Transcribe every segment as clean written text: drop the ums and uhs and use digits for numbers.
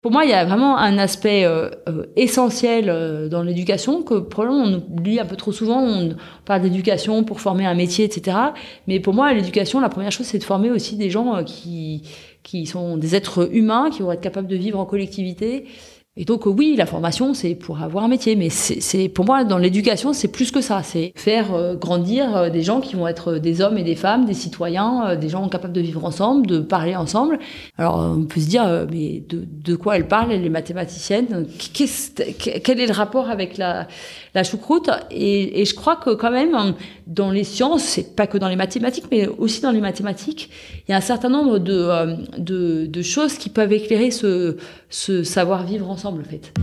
Pour moi, il y a vraiment un aspect essentiel dans l'éducation que probablement on oublie un peu trop souvent. On parle d'éducation pour former un métier, etc. Mais pour moi, l'éducation, la première chose, c'est de former aussi des gens qui sont des êtres humains, qui vont être capables de vivre en collectivité. Et donc oui, la formation, c'est pour avoir un métier, mais c'est pour moi, dans l'éducation, c'est plus que ça. C'est faire grandir des gens qui vont être des hommes et des femmes, des citoyens, des gens capables de vivre ensemble, de parler ensemble. Alors on peut se dire, mais de quoi elle parle, elle est mathématicienne, quel est le rapport avec la choucroute? Et je crois que quand même, dans les sciences, c'est pas que dans les mathématiques, mais aussi dans les mathématiques, il y a un certain nombre de choses qui peuvent éclairer ce savoir-vivre ensemble, en fait.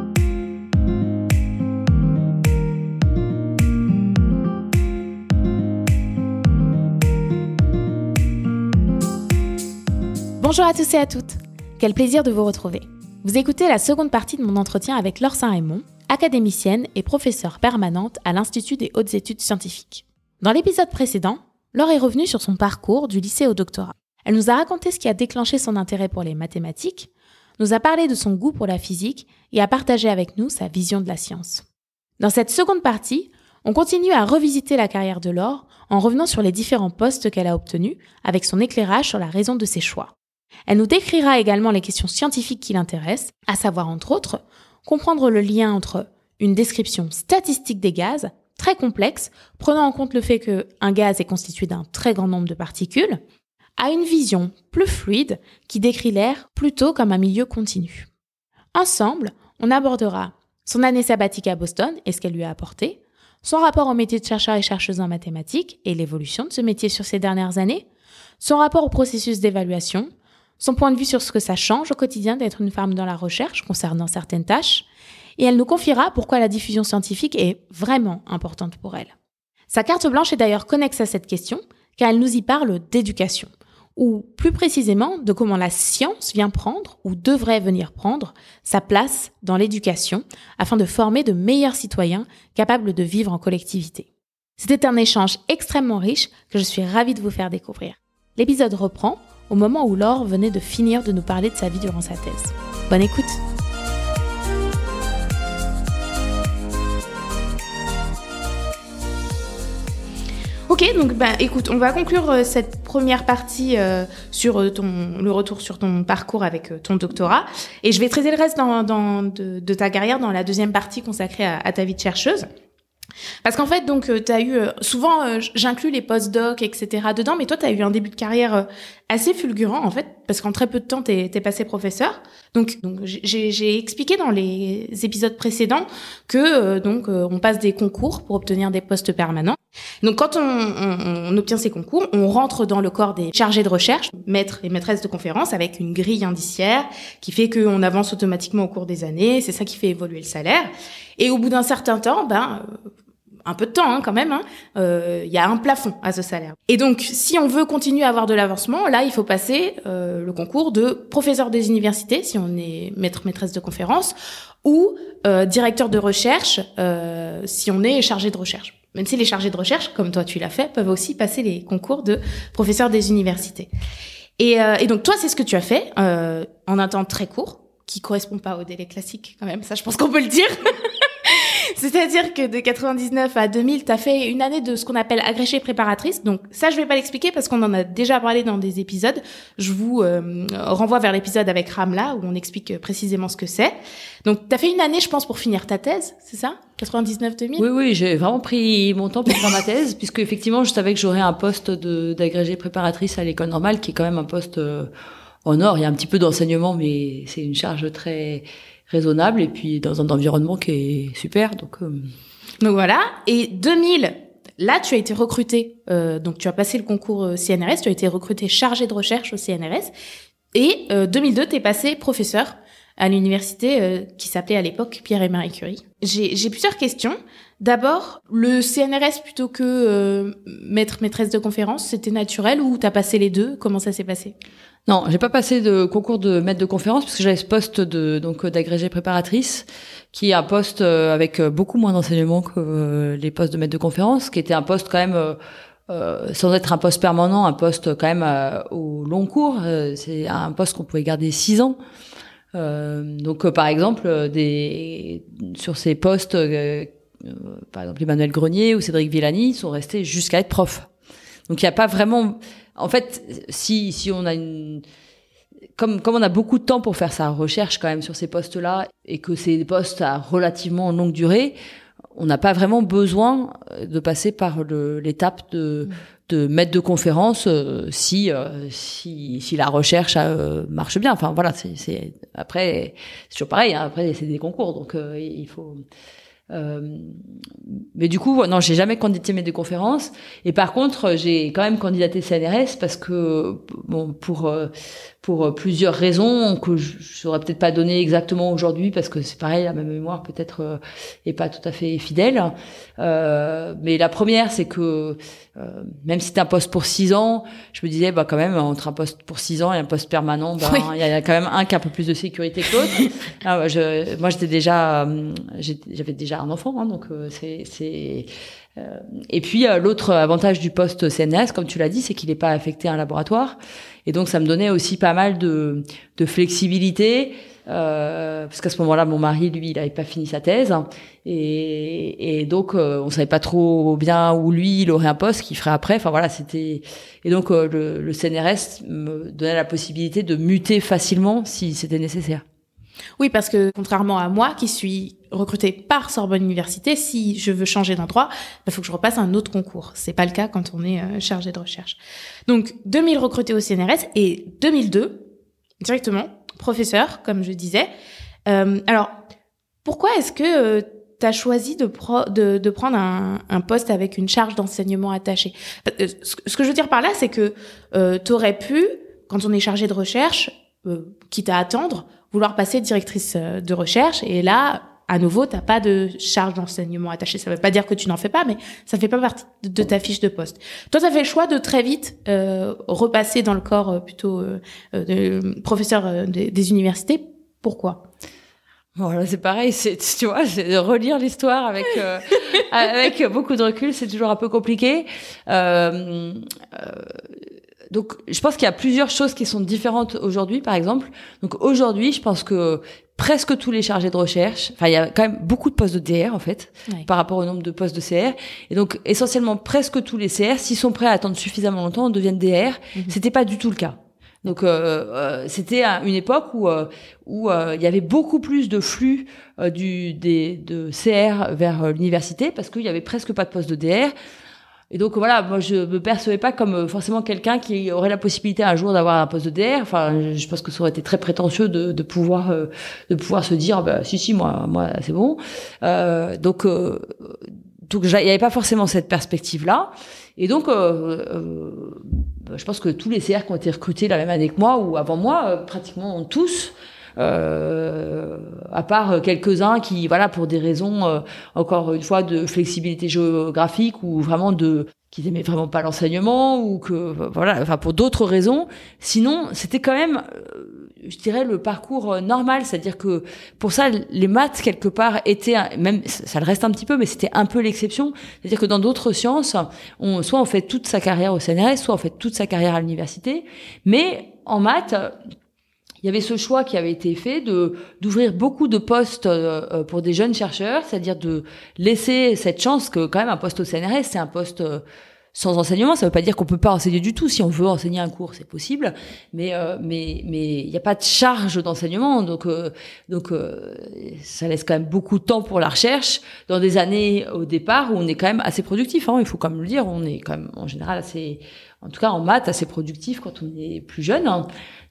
Bonjour à tous et à toutes. Quel plaisir de vous retrouver. Vous écoutez la seconde partie de mon entretien avec Laure Saint-Raymond, académicienne et professeure permanente à l'Institut des hautes études scientifiques. Dans l'épisode précédent, Laure est revenue sur son parcours du lycée au doctorat. Elle nous a raconté ce qui a déclenché son intérêt pour les mathématiques, nous a parlé de son goût pour la physique et a partagé avec nous sa vision de la science. Dans cette seconde partie, on continue à revisiter la carrière de Laure en revenant sur les différents postes qu'elle a obtenus avec son éclairage sur la raison de ses choix. Elle nous décrira également les questions scientifiques qui l'intéressent, à savoir entre autres, comprendre le lien entre une description statistique des gaz, très complexe, prenant en compte le fait qu'un gaz est constitué d'un très grand nombre de particules, à une vision plus fluide qui décrit l'air plutôt comme un milieu continu. Ensemble, on abordera son année sabbatique à Boston et ce qu'elle lui a apporté, son rapport au métier de chercheur et chercheuse en mathématiques et l'évolution de ce métier sur ces dernières années, son rapport au processus d'évaluation, son point de vue sur ce que ça change au quotidien d'être une femme dans la recherche concernant certaines tâches, et elle nous confiera pourquoi la diffusion scientifique est vraiment importante pour elle. Sa carte blanche est d'ailleurs connexe à cette question, car elle nous y parle d'éducation, ou plus précisément de comment la science vient prendre, ou devrait venir prendre, sa place dans l'éducation, afin de former de meilleurs citoyens capables de vivre en collectivité. C'était un échange extrêmement riche que je suis ravie de vous faire découvrir. L'épisode reprend au moment où Laure venait de finir de nous parler de sa vie durant sa thèse. Bonne écoute! Ok, donc écoute, on va conclure cette première partie sur le retour sur ton parcours avec ton doctorat, et je vais traiter le reste de ta carrière dans la deuxième partie consacrée à ta vie de chercheuse. Parce qu'en fait, donc, t'as eu souvent, j'inclus les post-docs, etc. dedans, mais toi, t'as eu un début de carrière assez fulgurant, en fait, parce qu'en très peu de temps, t'es passé professeur. Donc, j'ai expliqué dans les épisodes précédents que on passe des concours pour obtenir des postes permanents. Donc, quand on obtient ces concours, on rentre dans le corps des chargés de recherche, maîtres et maîtresses de conférences, avec une grille indiciaire qui fait qu'on avance automatiquement au cours des années. C'est ça qui fait évoluer le salaire. Et au bout d'un certain temps, un peu de temps quand même, y a un plafond à ce salaire. Et donc, si on veut continuer à avoir de l'avancement, là, il faut passer le concours de professeur des universités, si on est maîtresse de conférence, ou directeur de recherche, si on est chargé de recherche. Même si les chargés de recherche, comme toi tu l'as fait, peuvent aussi passer les concours de professeur des universités. Et donc, toi, c'est ce que tu as fait en un temps très court, qui correspond pas au délai classique quand même, ça je pense qu'on peut le dire. C'est-à-dire que de 99 à 2000, t'as fait une année de ce qu'on appelle agrégée préparatrice. Donc ça, je vais pas l'expliquer parce qu'on en a déjà parlé dans des épisodes. Je vous renvoie vers l'épisode avec Ramla où on explique précisément ce que c'est. Donc t'as fait une année, je pense, pour finir ta thèse, c'est ça? 99-2000? Oui, j'ai vraiment pris mon temps pour faire ma thèse, puisque effectivement, je savais que j'aurais un poste d'agrégée préparatrice à l'école normale, qui est quand même un poste en or. Il y a un petit peu d'enseignement, mais c'est une charge très raisonnable, et puis dans un environnement qui est super. Donc voilà. Et 2000, là, tu as été recruté. Donc tu as passé le concours CNRS, tu as été recruté chargé de recherche au CNRS. Et 2002, t'es passé professeur à l'université qui s'appelait à l'époque Pierre et Marie Curie. J'ai plusieurs questions. D'abord, le CNRS plutôt que maîtresse de conférence, c'était naturel ou t'as passé les deux? Comment ça s'est passé? Non, j'ai pas passé de concours de maître de conférence parce que j'avais ce poste d'agrégée préparatrice, qui est un poste avec beaucoup moins d'enseignement que les postes de maître de conférence, qui était un poste quand même sans être un poste permanent, un poste quand même au long cours. C'est un poste qu'on pouvait garder 6 ans. Donc par exemple sur ces postes, par exemple Emmanuel Grenier ou Cédric Villani sont restés jusqu'à être profs. Donc il y a pas vraiment, en fait, si on a comme on a beaucoup de temps pour faire sa recherche quand même sur ces postes-là et que c'est des postes à relativement longue durée, on n'a pas vraiment besoin de passer par l'étape de maître de conférence si la recherche marche bien. Enfin voilà, après c'est toujours pareil, hein, après c'est des concours, donc il faut. Mais du coup, non, j'ai jamais candidaté maître de conférence. Et par contre, j'ai quand même candidaté CNRS parce que, bon, pour plusieurs raisons que je saurais peut-être pas donner exactement aujourd'hui parce que c'est pareil, ma mémoire peut-être est pas tout à fait fidèle. Mais la première, c'est que même si c'était un poste pour 6 ans, je me disais, bah quand même, entre un poste pour 6 ans et un poste permanent, bah il y a quand même un qui a un peu plus de sécurité que l'autre. Moi, j'avais déjà un enfant, hein, donc et puis l'autre avantage du poste CNRS, comme tu l'as dit, c'est qu'il n'est pas affecté à un laboratoire, et donc ça me donnait aussi pas mal de flexibilité. Parce qu'à ce moment-là, mon mari, lui, il avait pas fini sa thèse, et donc on savait pas trop bien où lui il aurait un poste qu'il ferait après. Enfin voilà, et donc le CNRS me donnait la possibilité de muter facilement si c'était nécessaire. Oui, parce que contrairement à moi, qui suis recrutée par Sorbonne Université, si je veux changer d'endroit, il faut que je repasse un autre concours. C'est pas le cas quand on est chargé de recherche. Donc 2000 recrutés au CNRS et 2002 directement professeur, comme je disais. Alors, pourquoi est-ce que tu as choisi de prendre un poste avec une charge d'enseignement attachée? Ce que je veux dire par là, c'est que tu aurais pu, quand on est chargé de recherche, quitte à attendre, vouloir passer directrice de recherche, et là, à nouveau, t'as pas de charge d'enseignement attachée. Ça veut pas dire que tu n'en fais pas, mais ça fait pas partie de ta fiche de poste. Toi, t'as fait le choix de très vite repasser dans le corps plutôt de professeur des universités. Pourquoi? Voilà, c'est pareil, tu vois, c'est relire l'histoire avec beaucoup de recul, c'est toujours un peu compliqué. Donc, je pense qu'il y a plusieurs choses qui sont différentes aujourd'hui, par exemple. Donc, aujourd'hui, je pense que presque tous les chargés de recherche, enfin, il y a quand même beaucoup de postes de DR, en fait, par rapport au nombre de postes de CR. Et donc, essentiellement, presque tous les CR, s'ils sont prêts à attendre suffisamment longtemps, deviennent DR. C'était pas du tout le cas. Donc, c'était une époque où il y avait beaucoup plus de flux de CR vers l'université parce qu'il y avait presque pas de postes de DR. Et donc voilà, moi je me percevais pas comme forcément quelqu'un qui aurait la possibilité un jour d'avoir un poste de DR. Enfin, je pense que ça aurait été très prétentieux de pouvoir se dire bah si moi c'est bon. Donc il y avait pas forcément cette perspective là. Et donc je pense que tous les CR qui ont été recrutés la même année que moi ou avant moi, pratiquement tous. À part quelques-uns qui, voilà, pour des raisons, encore une fois, de flexibilité géographique ou vraiment qu'ils aimaient vraiment pas l'enseignement ou que, voilà, enfin, pour d'autres raisons. Sinon, c'était quand même, je dirais, le parcours normal. C'est-à-dire que, pour ça, les maths, quelque part, étaient, même, ça le reste un petit peu, mais c'était un peu l'exception. C'est-à-dire que dans d'autres sciences, soit on fait toute sa carrière au CNRS, soit on fait toute sa carrière à l'université. Mais, en maths, il y avait ce choix qui avait été fait d'ouvrir beaucoup de postes pour des jeunes chercheurs, c'est-à-dire de laisser cette chance que quand même un poste au CNRS, c'est un poste sans enseignement. Ça veut pas dire qu'on peut pas enseigner du tout. Si on veut enseigner un cours, c'est possible, mais il y a pas de charge d'enseignement, donc ça laisse quand même beaucoup de temps pour la recherche dans des années au départ où on est quand même assez productif. Hein, il faut quand même le dire, on est quand même en général assez, en tout cas en maths, assez productif quand on est plus jeune. Hein.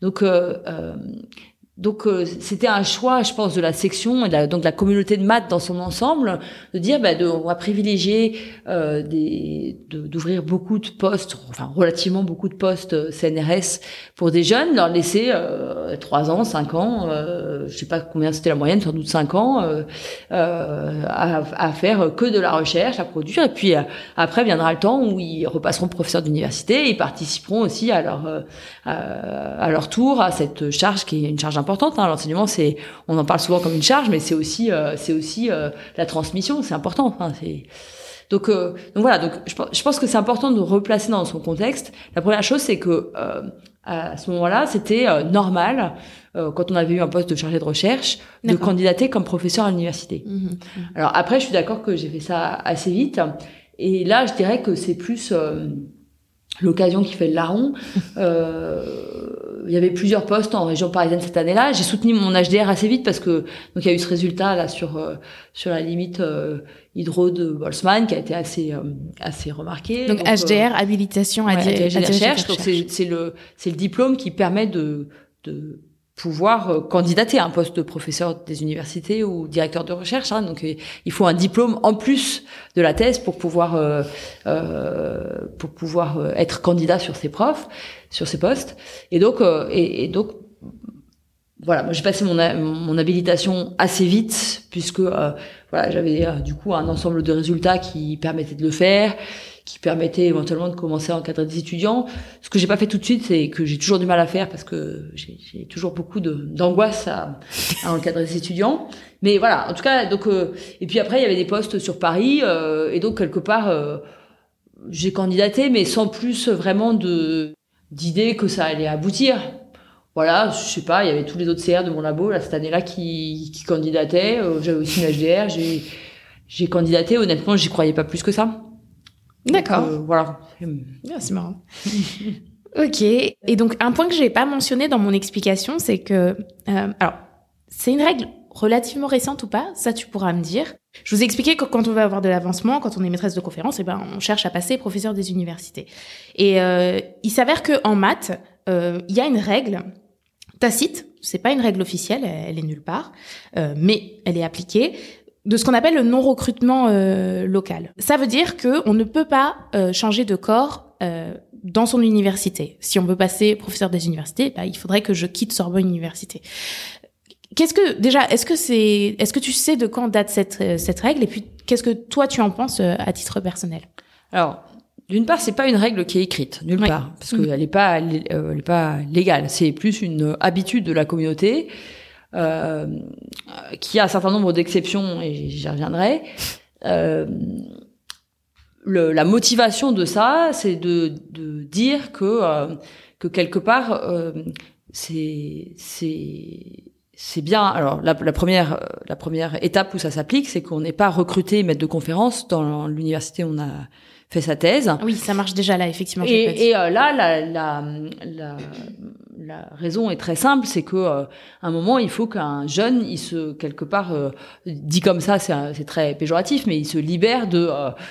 Donc c'était un choix, je pense, de la section et donc de la communauté de maths dans son ensemble, de dire on va privilégier d'ouvrir beaucoup de postes, enfin relativement beaucoup de postes CNRS pour des jeunes, leur laisser 3 ans, 5 ans, je sais pas combien c'était la moyenne, sans doute 5 ans, à faire que de la recherche, à produire, et puis après viendra le temps où ils repasseront professeurs d'université et ils participeront aussi à leur tour à cette charge qui est une charge importante. Hein. L'enseignement, on en parle souvent comme une charge, mais c'est aussi la transmission, c'est important. Hein, donc voilà. Donc je pense que c'est important de replacer dans son contexte. La première chose, c'est que à ce moment-là, c'était normal, quand on avait eu un poste de chargé de recherche, de candidater comme professeur à l'université. Alors après, je suis d'accord que j'ai fait ça assez vite. Et là, je dirais que c'est plus l'occasion qui fait le larron. Il y avait plusieurs postes en région parisienne cette année-là. J'ai soutenu mon HDR assez vite parce que donc il y a eu ce résultat là sur la limite hydro de Boltzmann qui a été assez remarqué. Donc HDR, habilitation à diriger la recherche. Donc c'est le diplôme qui permet de pouvoir candidater à un poste de professeur des universités ou directeur de recherche. Donc il faut un diplôme en plus de la thèse pour pouvoir être candidat sur ces postes. Et donc voilà, moi j'ai passé mon habilitation assez vite puisque j'avais du coup un ensemble de résultats qui permettaient de le faire, qui permettait éventuellement de commencer à encadrer des étudiants. Ce que j'ai pas fait tout de suite, c'est que j'ai toujours du mal à faire parce que j'ai toujours beaucoup d'angoisse à encadrer des étudiants. Mais voilà, en tout cas, donc et puis après il y avait des postes sur Paris et donc quelque part j'ai candidaté mais sans plus vraiment d'idée que ça allait aboutir. Voilà, je sais pas, il y avait tous les autres CR de mon labo là cette année-là qui candidataient, j'avais aussi une HDR, j'ai candidaté, honnêtement, j'y croyais pas plus que ça. D'accord. Voilà. C'est marrant. Ok. Et donc, un point que j'ai pas mentionné dans mon explication, c'est que, alors, c'est une règle relativement récente ou pas, ça tu pourras me dire. Je vous ai expliqué que quand on veut avoir de l'avancement, quand on est maîtresse de conférence, on cherche à passer professeur des universités. Et il s'avère que en maths, il y a une règle tacite. C'est pas une règle officielle, elle est nulle part, mais elle est appliquée, de ce qu'on appelle le non-recrutement local. Ça veut dire que on ne peut pas changer de corps dans son université. Si on veut passer professeur des universités, il faudrait que je quitte Sorbonne Université. Est-ce que tu sais de quand date cette règle, et puis qu'est-ce que toi tu en penses à titre personnel? Alors, d'une part, c'est pas une règle qui est écrite nulle part, parce qu'elle est pas légale. C'est plus une habitude de la communauté. Qui a un certain nombre d'exceptions et j'y reviendrai. La motivation de ça, c'est de dire que quelque part c'est bien. Alors la première étape où ça s'applique, c'est qu'on n'est pas recruté maître de conférence dans l'université où on a fait sa thèse. Oui, ça marche déjà là, effectivement. Et là, la raison est très simple, c'est que à un moment, il faut qu'un jeune, il se quelque part dit comme ça, c'est très péjoratif, mais il se libère de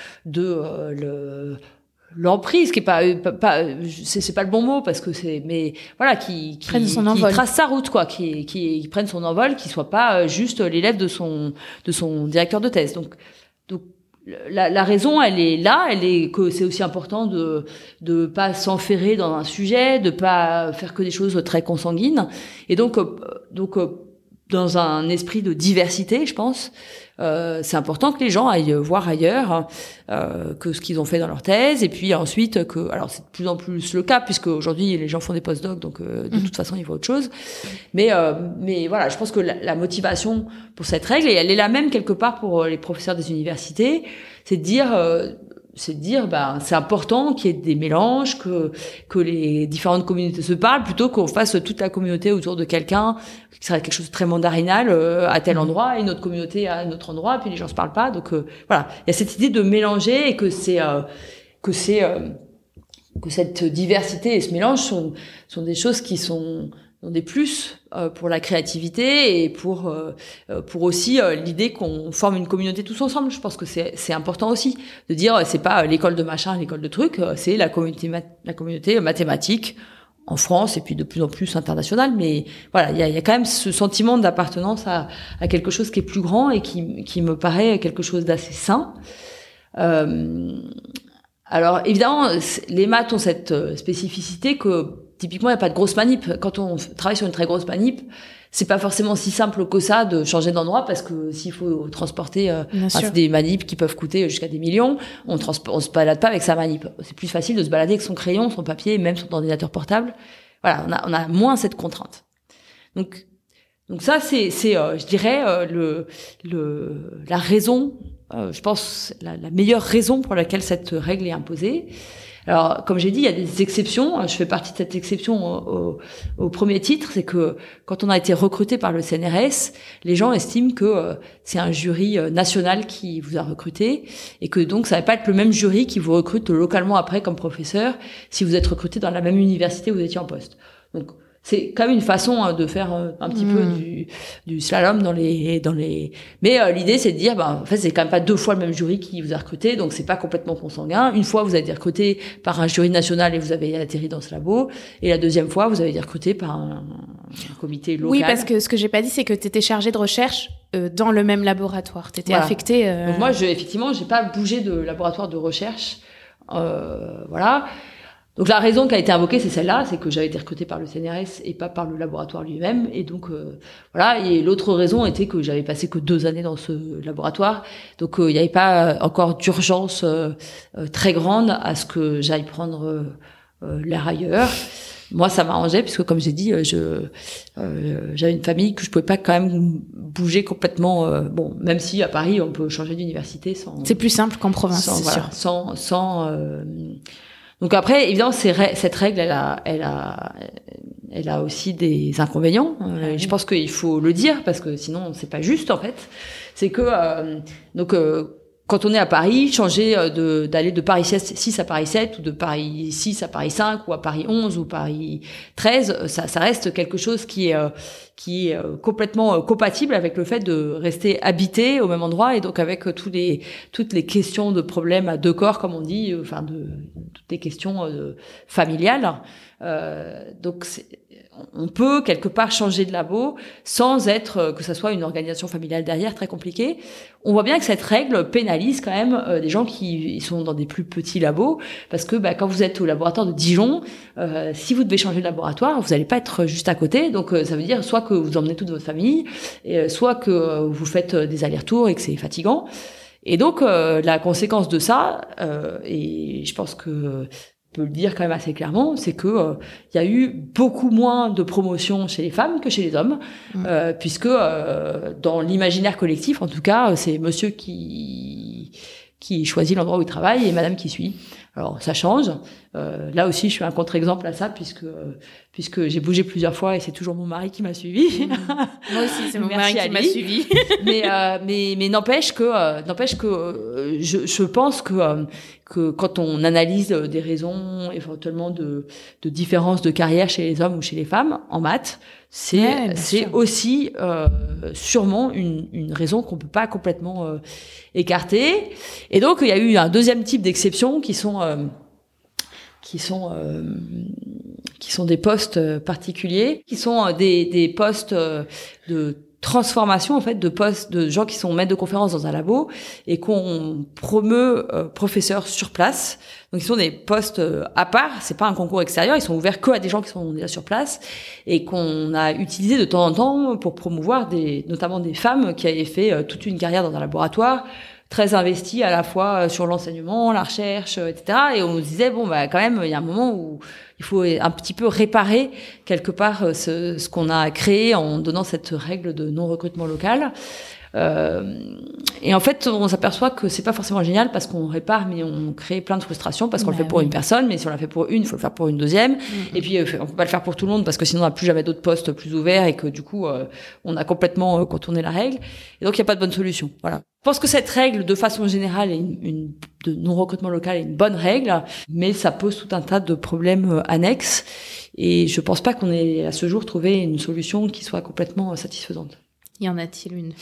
l'emprise, qui est pas c'est pas le bon mot parce que mais voilà, qui trace sa route, quoi, qui prenne son envol, qui soit pas juste l'élève de son directeur de thèse. Donc la raison, elle est là, elle est que c'est aussi important de pas s'enferrer dans un sujet, de pas faire que des choses très consanguines. Et donc dans un esprit de diversité, je pense, c'est important que les gens aillent voir ailleurs que ce qu'ils ont fait dans leur thèse. Et puis ensuite alors c'est de plus en plus le cas puisque aujourd'hui les gens font des post-docs, donc de toute façon ils voient autre chose. Mais voilà, je pense que la motivation pour cette règle, et elle est la même quelque part pour les professeurs des universités, c'est de dire c'est important qu'il y ait des mélanges, que les différentes communautés se parlent, plutôt qu'on fasse toute la communauté autour de quelqu'un qui serait quelque chose de très mandarinal à tel endroit, et une autre communauté à un autre endroit, puis les gens se parlent pas. Donc voilà, il y a cette idée de mélanger, et que cette diversité et ce mélange sont des choses qui sont des plus pour la créativité, et pour aussi l'idée qu'on forme une communauté tous ensemble. Je pense que c'est important aussi de dire c'est pas l'école de machin, l'école de truc, c'est la communauté mathématique en France, et puis de plus en plus internationale. Mais voilà, il y a quand même ce sentiment d'appartenance à quelque chose qui est plus grand et qui me paraît quelque chose d'assez sain. Alors évidemment, les maths ont cette spécificité que typiquement, il n'y a pas de grosse manip. Quand on travaille sur une très grosse manip, c'est pas forcément si simple que ça de changer d'endroit, parce que s'il faut transporter c'est des manips qui peuvent coûter jusqu'à des millions, on se balade pas avec sa manip. C'est plus facile de se balader avec son crayon, son papier, même son ordinateur portable. Voilà, on a moins cette contrainte. Donc ça, c'est je dirais la raison, je pense la meilleure raison pour laquelle cette règle est imposée. Alors, comme j'ai dit, il y a des exceptions. Je fais partie de cette exception au premier titre, c'est que quand on a été recruté par le CNRS, les gens estiment que c'est un jury national qui vous a recruté et que donc ça va pas être le même jury qui vous recrute localement après comme professeur si vous êtes recruté dans la même université où vous étiez en poste. Donc c'est quand même une façon de faire un petit peu du slalom dans les mais l'idée c'est de dire en fait c'est quand même pas 2 fois le même jury qui vous a recruté, donc c'est pas complètement consanguin. Une fois vous avez été recruté par un jury national et vous avez atterri dans ce labo, et la deuxième fois vous avez été recruté par un comité local. Oui, parce que ce que j'ai pas dit c'est que tu étais chargé de recherche dans le même laboratoire. Tu étais affecté Donc moi effectivement, j'ai pas bougé de laboratoire de recherche. Voilà. Donc la raison qui a été invoquée, c'est celle-là, c'est que j'avais été recrutée par le CNRS et pas par le laboratoire lui-même. Et donc voilà. Et l'autre raison était que j'avais passé que 2 années dans ce laboratoire, donc il n'y avait pas encore d'urgence très grande à ce que j'aille prendre l'air ailleurs. Moi, ça m'arrangeait puisque, comme j'ai dit, j'avais une famille que je pouvais pas quand même bouger complètement. Bon, même si à Paris, on peut changer d'université sans. C'est plus simple qu'en province, c'est sûr. Sans Donc après, évidemment, cette règle, elle a aussi des inconvénients. Je pense qu'il faut le dire parce que sinon, c'est pas juste en fait. C'est que quand on est à Paris, changer d'aller de Paris 6 à Paris 7 ou de Paris 6 à Paris 5 ou à Paris 11 ou Paris 13, ça reste quelque chose qui est complètement compatible avec le fait de rester habité au même endroit et donc avec toutes les questions de problèmes à 2 corps, comme on dit, toutes les questions familiales. Donc on peut quelque part changer de labo sans être que ça soit une organisation familiale derrière très compliquée. On voit bien que cette règle pénalise quand même des gens qui sont dans des plus petits labos, parce que quand vous êtes au laboratoire de Dijon, si vous devez changer de laboratoire, vous n'allez pas être juste à côté. Donc ça veut dire soit que vous emmenez toute votre famille, et soit que vous faites des allers-retours et que c'est fatigant. Et donc la conséquence de ça, et je pense que peut le dire quand même assez clairement, c'est que il y a eu beaucoup moins de promotions chez les femmes que chez les hommes, puisque dans l'imaginaire collectif, en tout cas, c'est monsieur qui choisit l'endroit où il travaille et madame qui suit. Alors ça change. Là aussi, je suis un contre-exemple à ça, puisque j'ai bougé plusieurs fois et c'est toujours mon mari qui m'a suivi. Moi aussi, c'est mon mari qui m'a suivi. mais n'empêche que je pense que quand on analyse des raisons éventuellement de différence de carrière chez les hommes ou chez les femmes en maths, c'est aussi sûrement une raison qu'on peut pas complètement écarter. Et donc il y a eu un deuxième type d'exceptions qui sont des postes particuliers, qui sont des postes de transformation en fait, de postes de gens qui sont maîtres de conférences dans un labo et qu'on promeut professeurs sur place. Donc ils sont des postes à part, c'est pas un concours extérieur, ils sont ouverts que à des gens qui sont déjà sur place et qu'on a utilisé de temps en temps pour promouvoir notamment des femmes qui avaient fait toute une carrière dans un laboratoire, très investi à la fois sur l'enseignement, la recherche, etc. Et on se disait quand même il y a un moment où il faut un petit peu réparer quelque part ce qu'on a créé en donnant cette règle de non-recrutement local. Et en fait, on s'aperçoit que c'est pas forcément génial parce qu'on répare, mais on crée plein de frustrations parce qu'on le fait pour une personne, mais si on l'a fait pour une, il faut le faire pour une deuxième. Et puis, on peut pas le faire pour tout le monde parce que sinon on n'a plus jamais d'autres postes plus ouverts et que du coup, on a complètement contourné la règle. Et donc, il n'y a pas de bonne solution. Voilà. Je pense que cette règle, de façon générale, de non-recrutement local est une bonne règle, mais ça pose tout un tas de problèmes annexes. Et je pense pas qu'on ait à ce jour trouvé une solution qui soit complètement satisfaisante. Y en a-t-il une?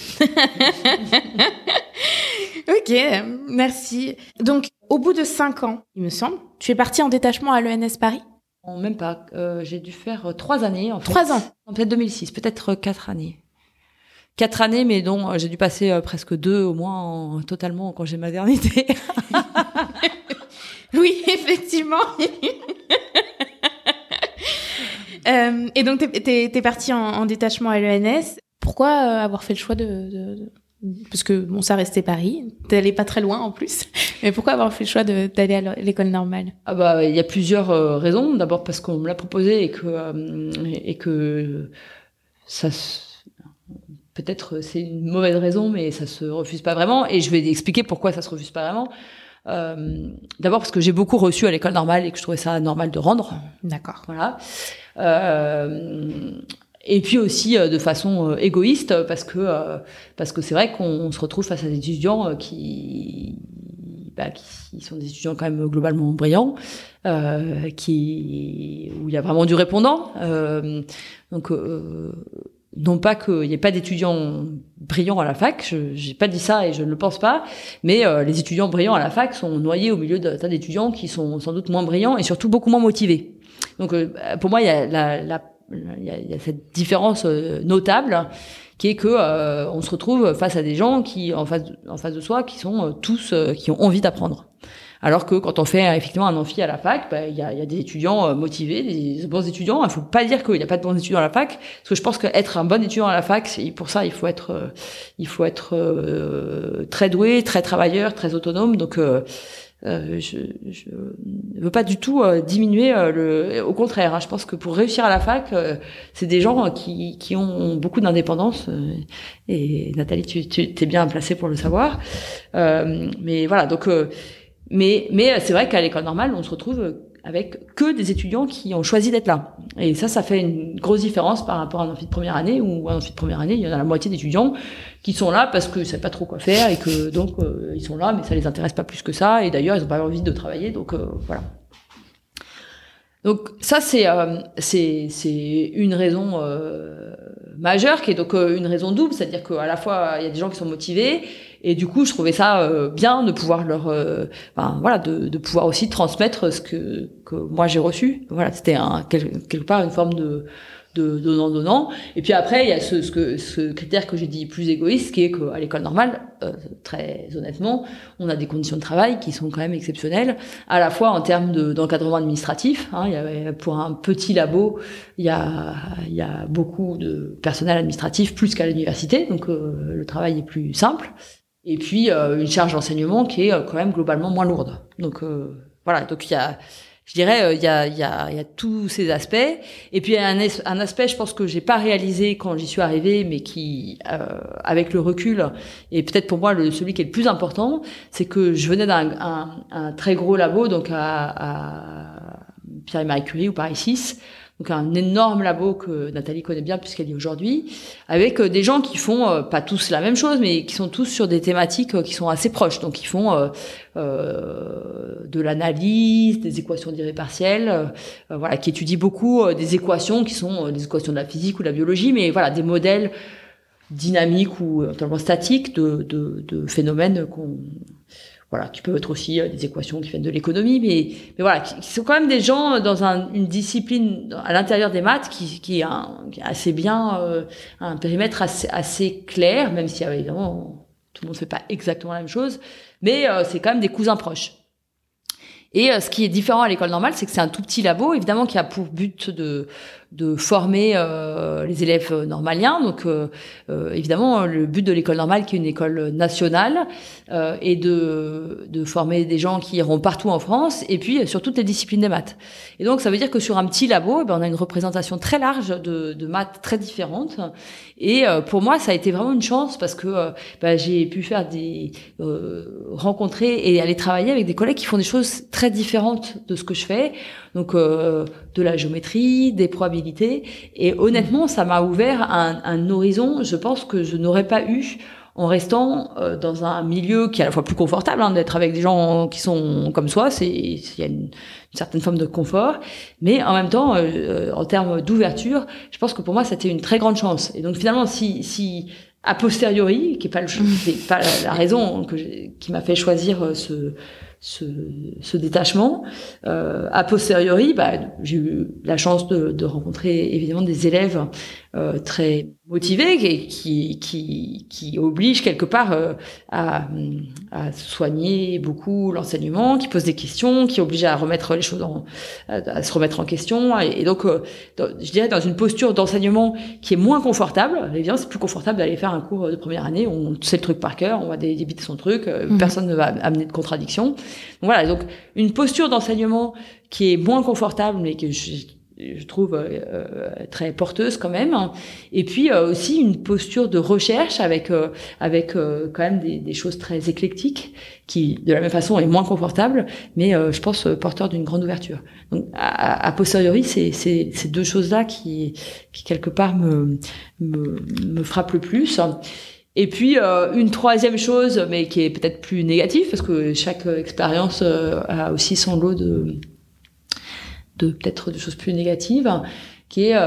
Ok, merci. Donc, au bout de 5 ans, il me semble, tu es partie en détachement à l'ENS Paris? Même pas. J'ai dû faire 3 années. En fait. 3 ans? Peut-être 2006, peut-être 4 années. 4 années, mais dont j'ai dû passer presque 2 au moins totalement en congé maternité. Oui, effectivement. Et donc, t'es partie en détachement à l'ENS. Pourquoi avoir fait le choix parce que bon, ça restait Paris, t'allais pas très loin en plus, mais pourquoi avoir fait le choix d'aller à l'école normale? Il y a plusieurs raisons. D'abord parce qu'on me l'a proposé et que ça peut-être c'est une mauvaise raison, mais ça se refuse pas vraiment. Et je vais expliquer pourquoi ça se refuse pas vraiment. D'abord parce que j'ai beaucoup reçu à l'école normale et que je trouvais ça normal de rendre. D'accord. Voilà. Et puis aussi de façon égoïste parce que c'est vrai qu'on se retrouve face à des étudiants qui sont des étudiants quand même globalement brillants, où il y a vraiment du répondant. Donc non pas qu'il n'y ait pas d'étudiants brillants à la fac, j'ai pas dit ça et je ne le pense pas, mais les étudiants brillants à la fac sont noyés au milieu d'un tas d'étudiants qui sont sans doute moins brillants et surtout beaucoup moins motivés. Donc pour moi, il y a cette différence notable qui est que on se retrouve face à des gens qui en face de soi qui sont tous qui ont envie d'apprendre. Alors que quand on fait effectivement un amphi à la fac, il y a des étudiants motivés, des bons étudiants. Il faut pas dire qu'il n'y a pas de bons étudiants à la fac, parce que je pense qu'être un bon étudiant à la fac, pour ça il faut être très doué, très travailleur, très autonome. Donc je veux pas du tout diminuer au contraire. Je pense que pour réussir à la fac, c'est des gens qui ont beaucoup d'indépendance. Et Nathalie, tu t'es bien placée pour le savoir. Mais voilà, donc. Mais c'est vrai qu'à l'école normale, on se retrouve avec que des étudiants qui ont choisi d'être là. Et ça fait une grosse différence par rapport à un amphi de première année, où un amphi de première année, il y en a la moitié d'étudiants qui sont là parce qu'ils savent pas trop quoi faire et que donc ils sont là, mais ça les intéresse pas plus que ça. Et d'ailleurs, ils ont pas envie de travailler, donc voilà. Donc ça c'est une raison majeure qui est donc une raison double, c'est-à-dire qu'à la fois il y a des gens qui sont motivés et du coup je trouvais ça bien de pouvoir leur de pouvoir aussi transmettre ce que moi j'ai reçu. Voilà, c'était quelque part une forme de donnant. Et puis après, il y a ce critère que j'ai dit plus égoïste, qui est qu'à l'école normale, très honnêtement, on a des conditions de travail qui sont quand même exceptionnelles, à la fois en termes d'encadrement administratif. Il y avait, pour un petit labo, il y a beaucoup de personnel administratif plus qu'à l'université, donc le travail est plus simple. Et puis une charge d'enseignement qui est quand même globalement moins lourde. Donc voilà, donc il y a il y a tous ces aspects. Et puis il y a un aspect, je pense que j'ai pas réalisé quand j'y suis arrivée, mais qui, avec le recul, et peut-être pour moi celui qui est le plus important, c'est que je venais d'un très gros labo, donc à Pierre et Marie Curie ou Paris 6. Donc un énorme labo que Nathalie connaît bien puisqu'elle y est aujourd'hui, avec des gens qui font pas tous la même chose, mais qui sont tous sur des thématiques qui sont assez proches. Donc ils font de l'analyse, des équations d'irrépartielle, voilà, qui étudient beaucoup des équations qui sont des équations de la physique ou de la biologie, mais voilà, des modèles dynamiques ou totalement statiques de phénomènes qui peuvent être aussi des équations qui viennent de l'économie, mais voilà, qui sont quand même des gens dans une discipline à l'intérieur des maths qui est assez bien, un périmètre assez clair, même si évidemment tout le monde ne fait pas exactement la même chose, mais c'est quand même des cousins proches. Et ce qui est différent à l'école normale, c'est que c'est un tout petit labo, évidemment, qui a pour but de former les élèves normaliens. Donc, évidemment, le but de l'école normale, qui est une école nationale, est de former des gens qui iront partout en France, et puis sur toutes les disciplines des maths. Et donc, ça veut dire que sur un petit labo, on a une représentation très large de maths très différentes. Et pour moi, ça a été vraiment une chance parce que j'ai pu faire rencontrer et aller travailler avec des collègues qui font des choses très différentes de ce que je fais. Donc de la géométrie, des probabilités, et honnêtement ça m'a ouvert un horizon, je pense, que je n'aurais pas eu en restant dans un milieu qui est à la fois plus confortable, d'être avec des gens qui sont comme soi, il y a une certaine forme de confort, mais en même temps en termes d'ouverture, je pense que pour moi c'était une très grande chance. Et donc finalement si a posteriori, qui est pas la raison qui m'a fait choisir ce détachement, a posteriori, j'ai eu la chance de rencontrer évidemment des élèves très motivés et qui obligent quelque part à soigner beaucoup l'enseignement, qui posent des questions, qui obligent à remettre les choses à se remettre en question, et donc je dirais dans une posture d'enseignement qui est moins confortable. Évidemment, c'est plus confortable d'aller faire un cours de première année, on sait le truc par cœur, on va débiter son truc, personne ne va amener de contradiction. Donc voilà, donc une posture d'enseignement qui est moins confortable, mais que je trouve très porteuse quand même. Et puis aussi une posture de recherche avec quand même des choses très éclectiques qui de la même façon est moins confortable, mais je pense porteur d'une grande ouverture. Donc a posteriori, c'est ces deux choses-là qui quelque part me frappent le plus. Et puis une troisième chose, mais qui est peut-être plus négative, parce que chaque expérience a aussi son lot de peut-être de choses plus négatives, qui est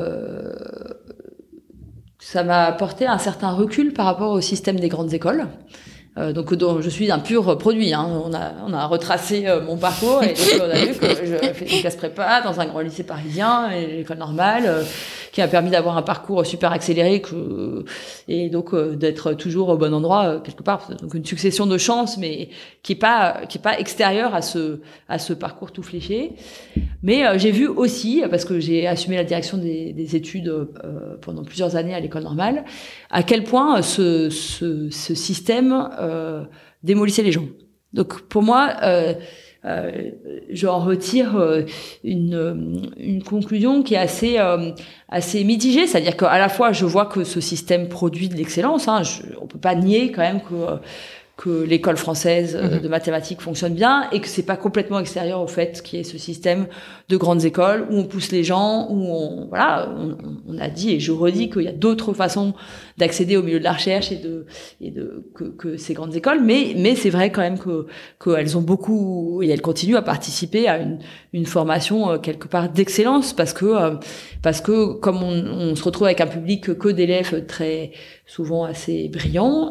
ça m'a apporté un certain recul par rapport au système des grandes écoles. Donc dont je suis un pur produit. On a retracé mon parcours et donc on a vu que je fais une classe prépa dans un grand lycée parisien et l'école normale, qui m'a permis d'avoir un parcours super accéléré et donc d'être toujours au bon endroit quelque part. Donc une succession de chances, mais qui est pas extérieure à ce parcours tout fléché. Mais j'ai vu aussi, parce que j'ai assumé la direction des études pendant plusieurs années à l'école normale, à quel point ce système démolissait les gens. Donc pour moi, j'en retire une conclusion qui est assez mitigée, c'est-à-dire qu'à la fois je vois que ce système produit de l'excellence. On peut pas nier quand même que l'école française de mathématiques fonctionne bien et que c'est pas complètement extérieur au fait qu'il y ait ce système de grandes écoles où on pousse les gens, où on a dit et je redis qu'il y a d'autres façons d'accéder au milieu de la recherche que ces grandes écoles, mais c'est vrai quand même qu'elles ont beaucoup et elles continuent à participer à une formation quelque part d'excellence parce que comme on se retrouve avec un public que d'élèves très souvent assez brillants,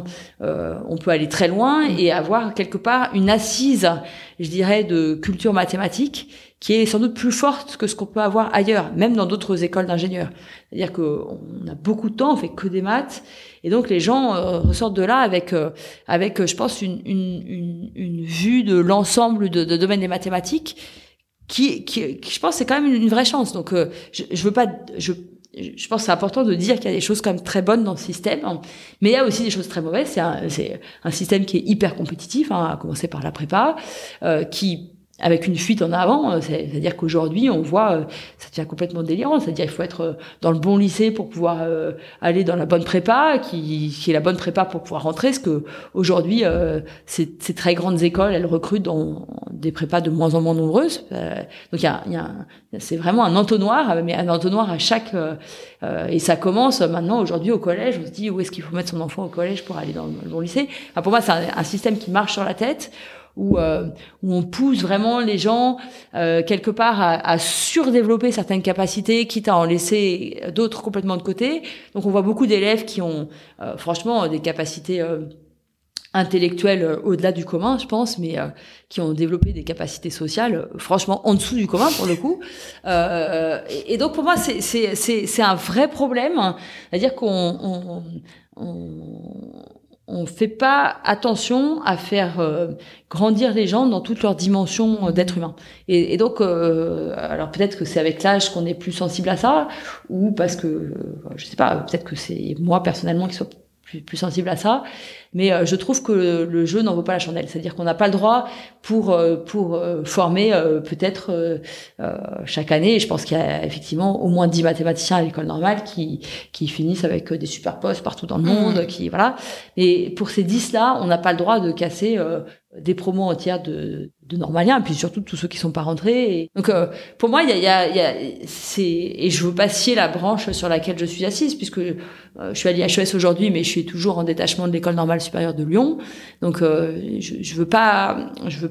on peut aller très loin et avoir quelque part une assise, je dirais, de culture mathématique qui est sans doute plus forte que ce qu'on peut avoir ailleurs, même dans d'autres écoles d'ingénieurs. C'est-à-dire qu'on a beaucoup de temps, on fait que des maths, et donc les gens ressortent de là avec, je pense, une vue de l'ensemble de domaines des mathématiques qui, je pense, c'est quand même une vraie chance. Donc, je pense que c'est important de dire qu'il y a des choses quand même très bonnes dans ce système, mais il y a aussi des choses très mauvaises. C'est un système qui est hyper compétitif, à commencer par la prépa, qui avec une fuite en avant, c'est-à-dire qu'aujourd'hui on voit, ça devient complètement délirant, c'est-à-dire il faut être dans le bon lycée pour pouvoir aller dans la bonne prépa, qui est la bonne prépa pour pouvoir rentrer, parce que aujourd'hui ces très grandes écoles, elles recrutent dans des prépas de moins en moins nombreuses, donc c'est vraiment un entonnoir, mais un entonnoir à chaque et ça commence maintenant aujourd'hui au collège. On se dit où est-ce qu'il faut mettre son enfant au collège pour aller dans le bon lycée. Pour moi c'est un système qui marche sur la tête, où on pousse vraiment les gens quelque part à surdévelopper certaines capacités, quitte à en laisser d'autres complètement de côté. Donc on voit beaucoup d'élèves qui ont franchement des capacités intellectuelles au-delà du commun, je pense, mais qui ont développé des capacités sociales franchement en dessous du commun pour le coup. Et donc pour moi c'est un vrai problème, c'est-à-dire on fait pas attention à faire grandir les gens dans toutes leurs dimensions d'être humain. Et donc, alors peut-être que c'est avec l'âge qu'on est plus sensible à ça, ou parce que, je sais pas, peut-être que c'est moi personnellement qui soit plus sensible à ça, mais je trouve que le jeu n'en vaut pas la chandelle. C'est-à-dire qu'on n'a pas le droit pour former peut-être chaque année, et je pense qu'il y a effectivement au moins 10 mathématiciens à l'école normale qui finissent avec des super postes partout dans le monde, voilà. Et pour ces 10-là, on n'a pas le droit de casser des promos entières de normaliens, et puis surtout tous ceux qui sont pas rentrés. Et donc pour moi, et je veux pas scier la branche sur laquelle je suis assise, puisque je suis à l'IHES aujourd'hui, mais je suis toujours en détachement de l'école normale supérieure de Lyon. Donc je veux pas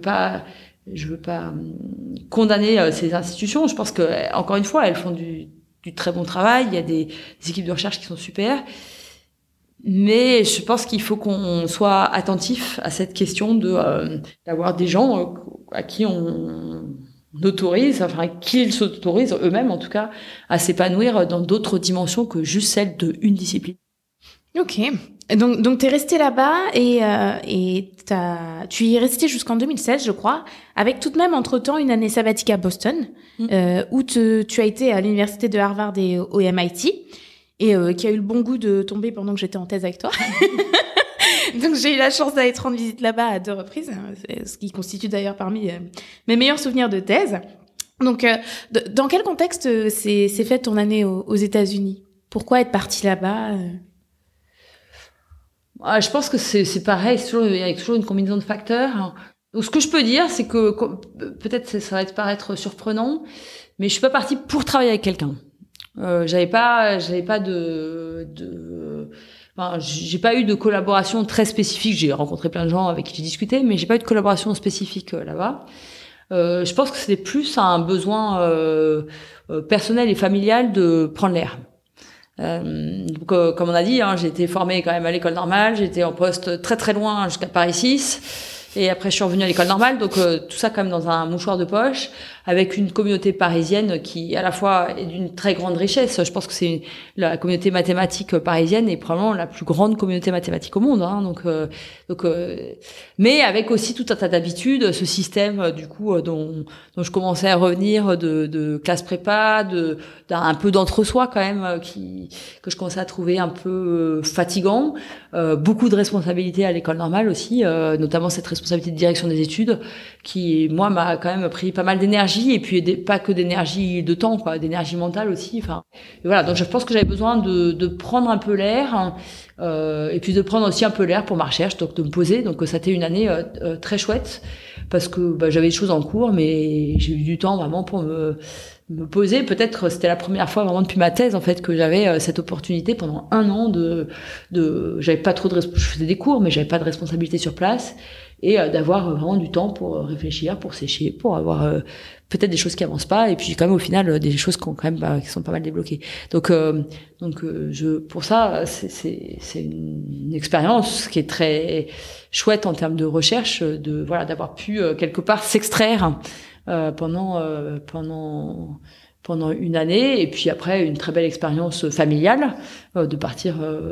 condamner ces institutions. Je pense que encore une fois, elles font du très bon travail. Il y a des équipes de recherche qui sont super. Mais je pense qu'il faut qu'on soit attentif à cette question d'avoir des gens à qui on autorise, enfin qu'ils s'autorisent eux-mêmes en tout cas, à s'épanouir dans d'autres dimensions que juste celle d'une discipline. Ok. Donc t'es resté là-bas et tu y es resté jusqu'en 2016, je crois, avec tout de même entre-temps une année sabbatique à Boston, où tu as été à l'université de Harvard et au MIT. Et qui a eu le bon goût de tomber pendant que j'étais en thèse avec toi. Donc j'ai eu la chance d'aller te rendre visite là-bas à 2 reprises, ce qui constitue d'ailleurs parmi mes meilleurs souvenirs de thèse. Donc, dans quel contexte s'est faite ton année aux États-Unis? Pourquoi être partie là-bas? Je pense que c'est pareil, il y a toujours une combinaison de facteurs. Donc, ce que je peux dire, c'est que peut-être ça va te paraître surprenant, mais je suis pas partie pour travailler avec quelqu'un. J'avais pas j'ai pas eu de collaboration très spécifique. J'ai rencontré plein de gens avec qui j'ai discuté, mais j'ai pas eu de collaboration spécifique là-bas. Je pense que c'était plus un besoin personnel et familial de prendre l'air. Donc, comme on a dit, j'ai été formée quand même à l'école normale. J'étais en poste très très loin jusqu'à Paris 6. Et après, je suis revenue à l'école normale. Donc, tout ça quand même dans un mouchoir de poche, avec une communauté parisienne qui, à la fois, est d'une très grande richesse. Je pense que c'est la communauté mathématique parisienne est probablement la plus grande communauté mathématique au monde. Mais avec aussi tout un tas d'habitudes, ce système, du coup, dont je commençais à revenir de classe prépa, d'un peu d'entre-soi quand même, que je commençais à trouver un peu fatigant. Beaucoup de responsabilités à l'école normale aussi, notamment cette responsabilité de direction des études, qui, moi, m'a quand même pris pas mal d'énergie, et puis pas que d'énergie de temps, quoi, d'énergie mentale aussi. Enfin, et voilà. Donc, je pense que j'avais besoin de prendre un peu l'air, et puis de prendre aussi un peu l'air pour ma recherche, donc de me poser. Donc, ça a été une année très chouette, parce que j'avais des choses en cours, mais j'ai eu du temps vraiment pour me poser. Peut-être c'était la première fois vraiment depuis ma thèse en fait que j'avais cette opportunité pendant un an j'avais pas trop je faisais des cours mais j'avais pas de responsabilité sur place, et d'avoir vraiment du temps pour réfléchir, pour sécher, pour avoir peut-être des choses qui avancent pas, et puis quand même au final des choses qui sont pas mal débloquées. Donc pour ça c'est une expérience qui est très chouette en termes de recherche, d'avoir pu quelque part s'extraire pendant une année, et puis après une très belle expérience familiale, de partir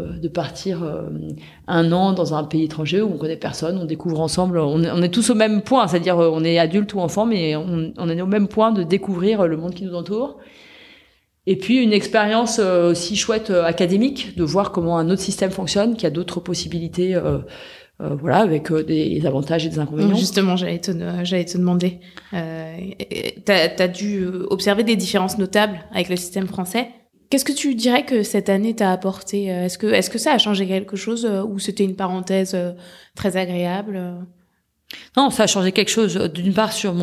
un an dans un pays étranger où on connaît personne, on découvre ensemble, on est tous au même point, c'est-à-dire on est adulte ou enfant, mais on est au même point de découvrir le monde qui nous entoure. Et puis une expérience aussi chouette académique, de voir comment un autre système fonctionne, qui a d'autres possibilités, avec des avantages et des inconvénients. Justement, j'allais te demander. T'as dû observer des différences notables avec le système français. Qu'est-ce que tu dirais que cette année t'a apporté? Est-ce que ça a changé quelque chose, ou c'était une parenthèse très agréable? Non, ça a changé quelque chose. D'une part sur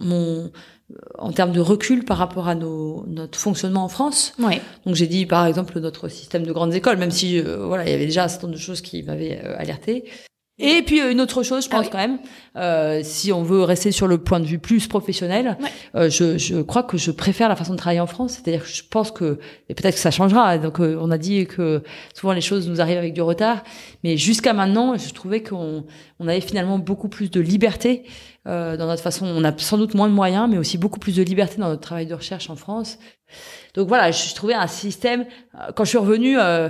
en termes de recul par rapport à notre fonctionnement en France. Ouais. Donc j'ai dit par exemple notre système de grandes écoles, même si il y avait déjà un certain nombre de choses qui m'avaient alerté. Et puis une autre chose, je pense quand même, si on veut rester sur le point de vue plus professionnel, je crois que je préfère la façon de travailler en France. C'est-à-dire que je pense que, et peut-être que ça changera. Donc on a dit que souvent les choses nous arrivent avec du retard, mais jusqu'à maintenant, je trouvais qu'on avait finalement beaucoup plus de liberté dans notre façon. On a sans doute moins de moyens, mais aussi beaucoup plus de liberté dans notre travail de recherche en France. Donc voilà, je trouvais un système, quand je suis revenue, un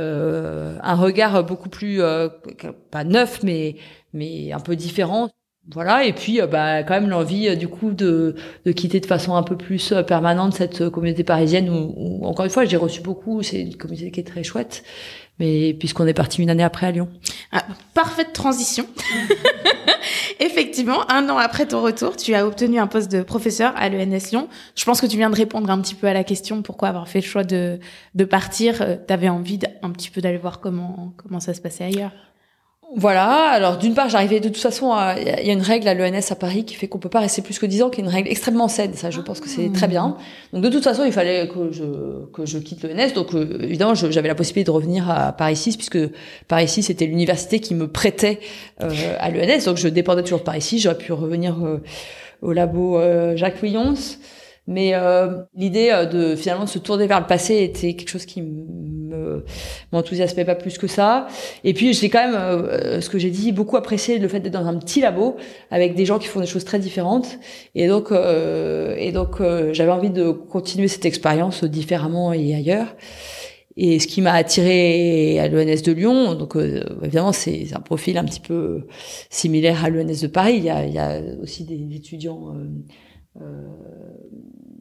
regard beaucoup plus, pas neuf, mais un peu différent. Voilà, et puis quand même l'envie du coup de quitter de façon un peu plus permanente cette communauté parisienne où encore une fois j'ai reçu beaucoup. C'est une communauté qui est très chouette, mais puisqu'on est parti une année après à Lyon. Parfaite transition. Effectivement, un an après ton retour, tu as obtenu un poste de professeur à l'ENS Lyon. Je pense que tu viens de répondre un petit peu à la question pourquoi avoir fait le choix de partir. T'avais envie un petit peu d'aller voir comment ça se passait ailleurs. Voilà. Alors, d'une part, j'arrivais de toute façon il y a une règle à l'ENS à Paris qui fait qu'on peut pas rester plus que 10 ans, qui est une règle extrêmement saine. Ça, je pense que c'est très bien. Donc, de toute façon, il fallait que je quitte l'ENS. Donc, évidemment, j'avais la possibilité de revenir à Paris 6 puisque Paris 6 c'était l'université qui me prêtait, à l'ENS. Donc, je dépendais toujours de Paris 6. J'aurais pu revenir, au labo, Jacques Willons. Mais l'idée de finalement de se tourner vers le passé était quelque chose qui m'enthousiasmait pas plus que ça. Et puis j'ai quand même, ce que j'ai dit, beaucoup apprécié le fait d'être dans un petit labo avec des gens qui font des choses très différentes. Et donc j'avais envie de continuer cette expérience différemment et ailleurs. Et ce qui m'a attiré à l'ENS de Lyon, donc évidemment c'est un profil un petit peu similaire à l'ENS de Paris. Il y a aussi des étudiants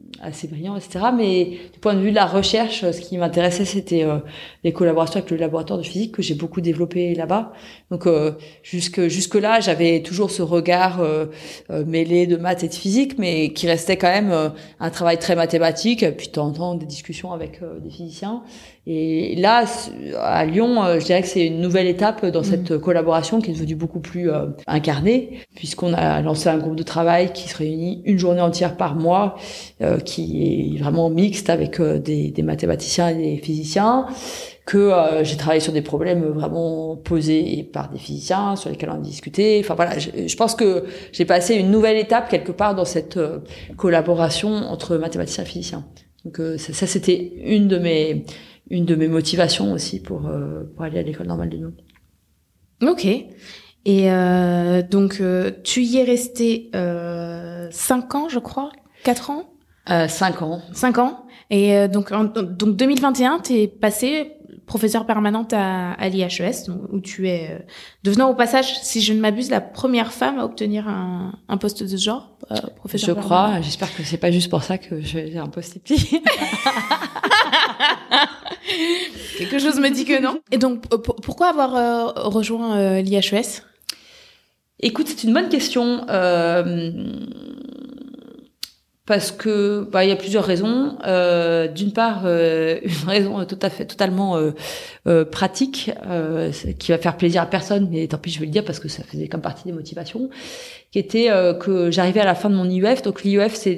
assez brillant, etc. Mais du point de vue de la recherche, ce qui m'intéressait, c'était les collaborations avec le laboratoire de physique que j'ai beaucoup développé là-bas. Donc jusque-là, j'avais toujours ce regard mêlé de maths et de physique, mais qui restait quand même un travail très mathématique, puis de temps en temps des discussions avec des physiciens. Et là, à Lyon, je dirais que c'est une nouvelle étape dans cette collaboration qui est devenue beaucoup plus incarnée, puisqu'on a lancé un groupe de travail qui se réunit une journée entière par mois, qui est vraiment mixte avec des mathématiciens et des physiciens, que j'ai travaillé sur des problèmes vraiment posés par des physiciens, sur lesquels on a discuté. Enfin voilà, je pense que j'ai passé une nouvelle étape quelque part dans cette collaboration entre mathématiciens et physiciens. Donc ça c'était une de mes motivations aussi pour aller à l'école normale de Lyon. Ok. Et donc, tu y es resté 5 ans, je crois, 4 ans 5 ans. 5 ans. Et donc 2021, tu es passée professeure permanente à l'IHES, où tu es devenant au passage, si je ne m'abuse, la première femme à obtenir un poste de ce genre, professeure permanente. Je crois, j'espère que c'est pas juste pour ça que j'ai un poste petit. Quelque chose me dit que non. Et donc, pourquoi avoir rejoint l'IHES ? Écoute, c'est une bonne question. Parce que il y a plusieurs raisons. D'une part, une raison totalement pratique, qui va faire plaisir à personne, mais tant pis, je vais le dire parce que ça faisait comme partie des motivations, qui était que j'arrivais à la fin de mon IEF. Donc l'IEF, c'est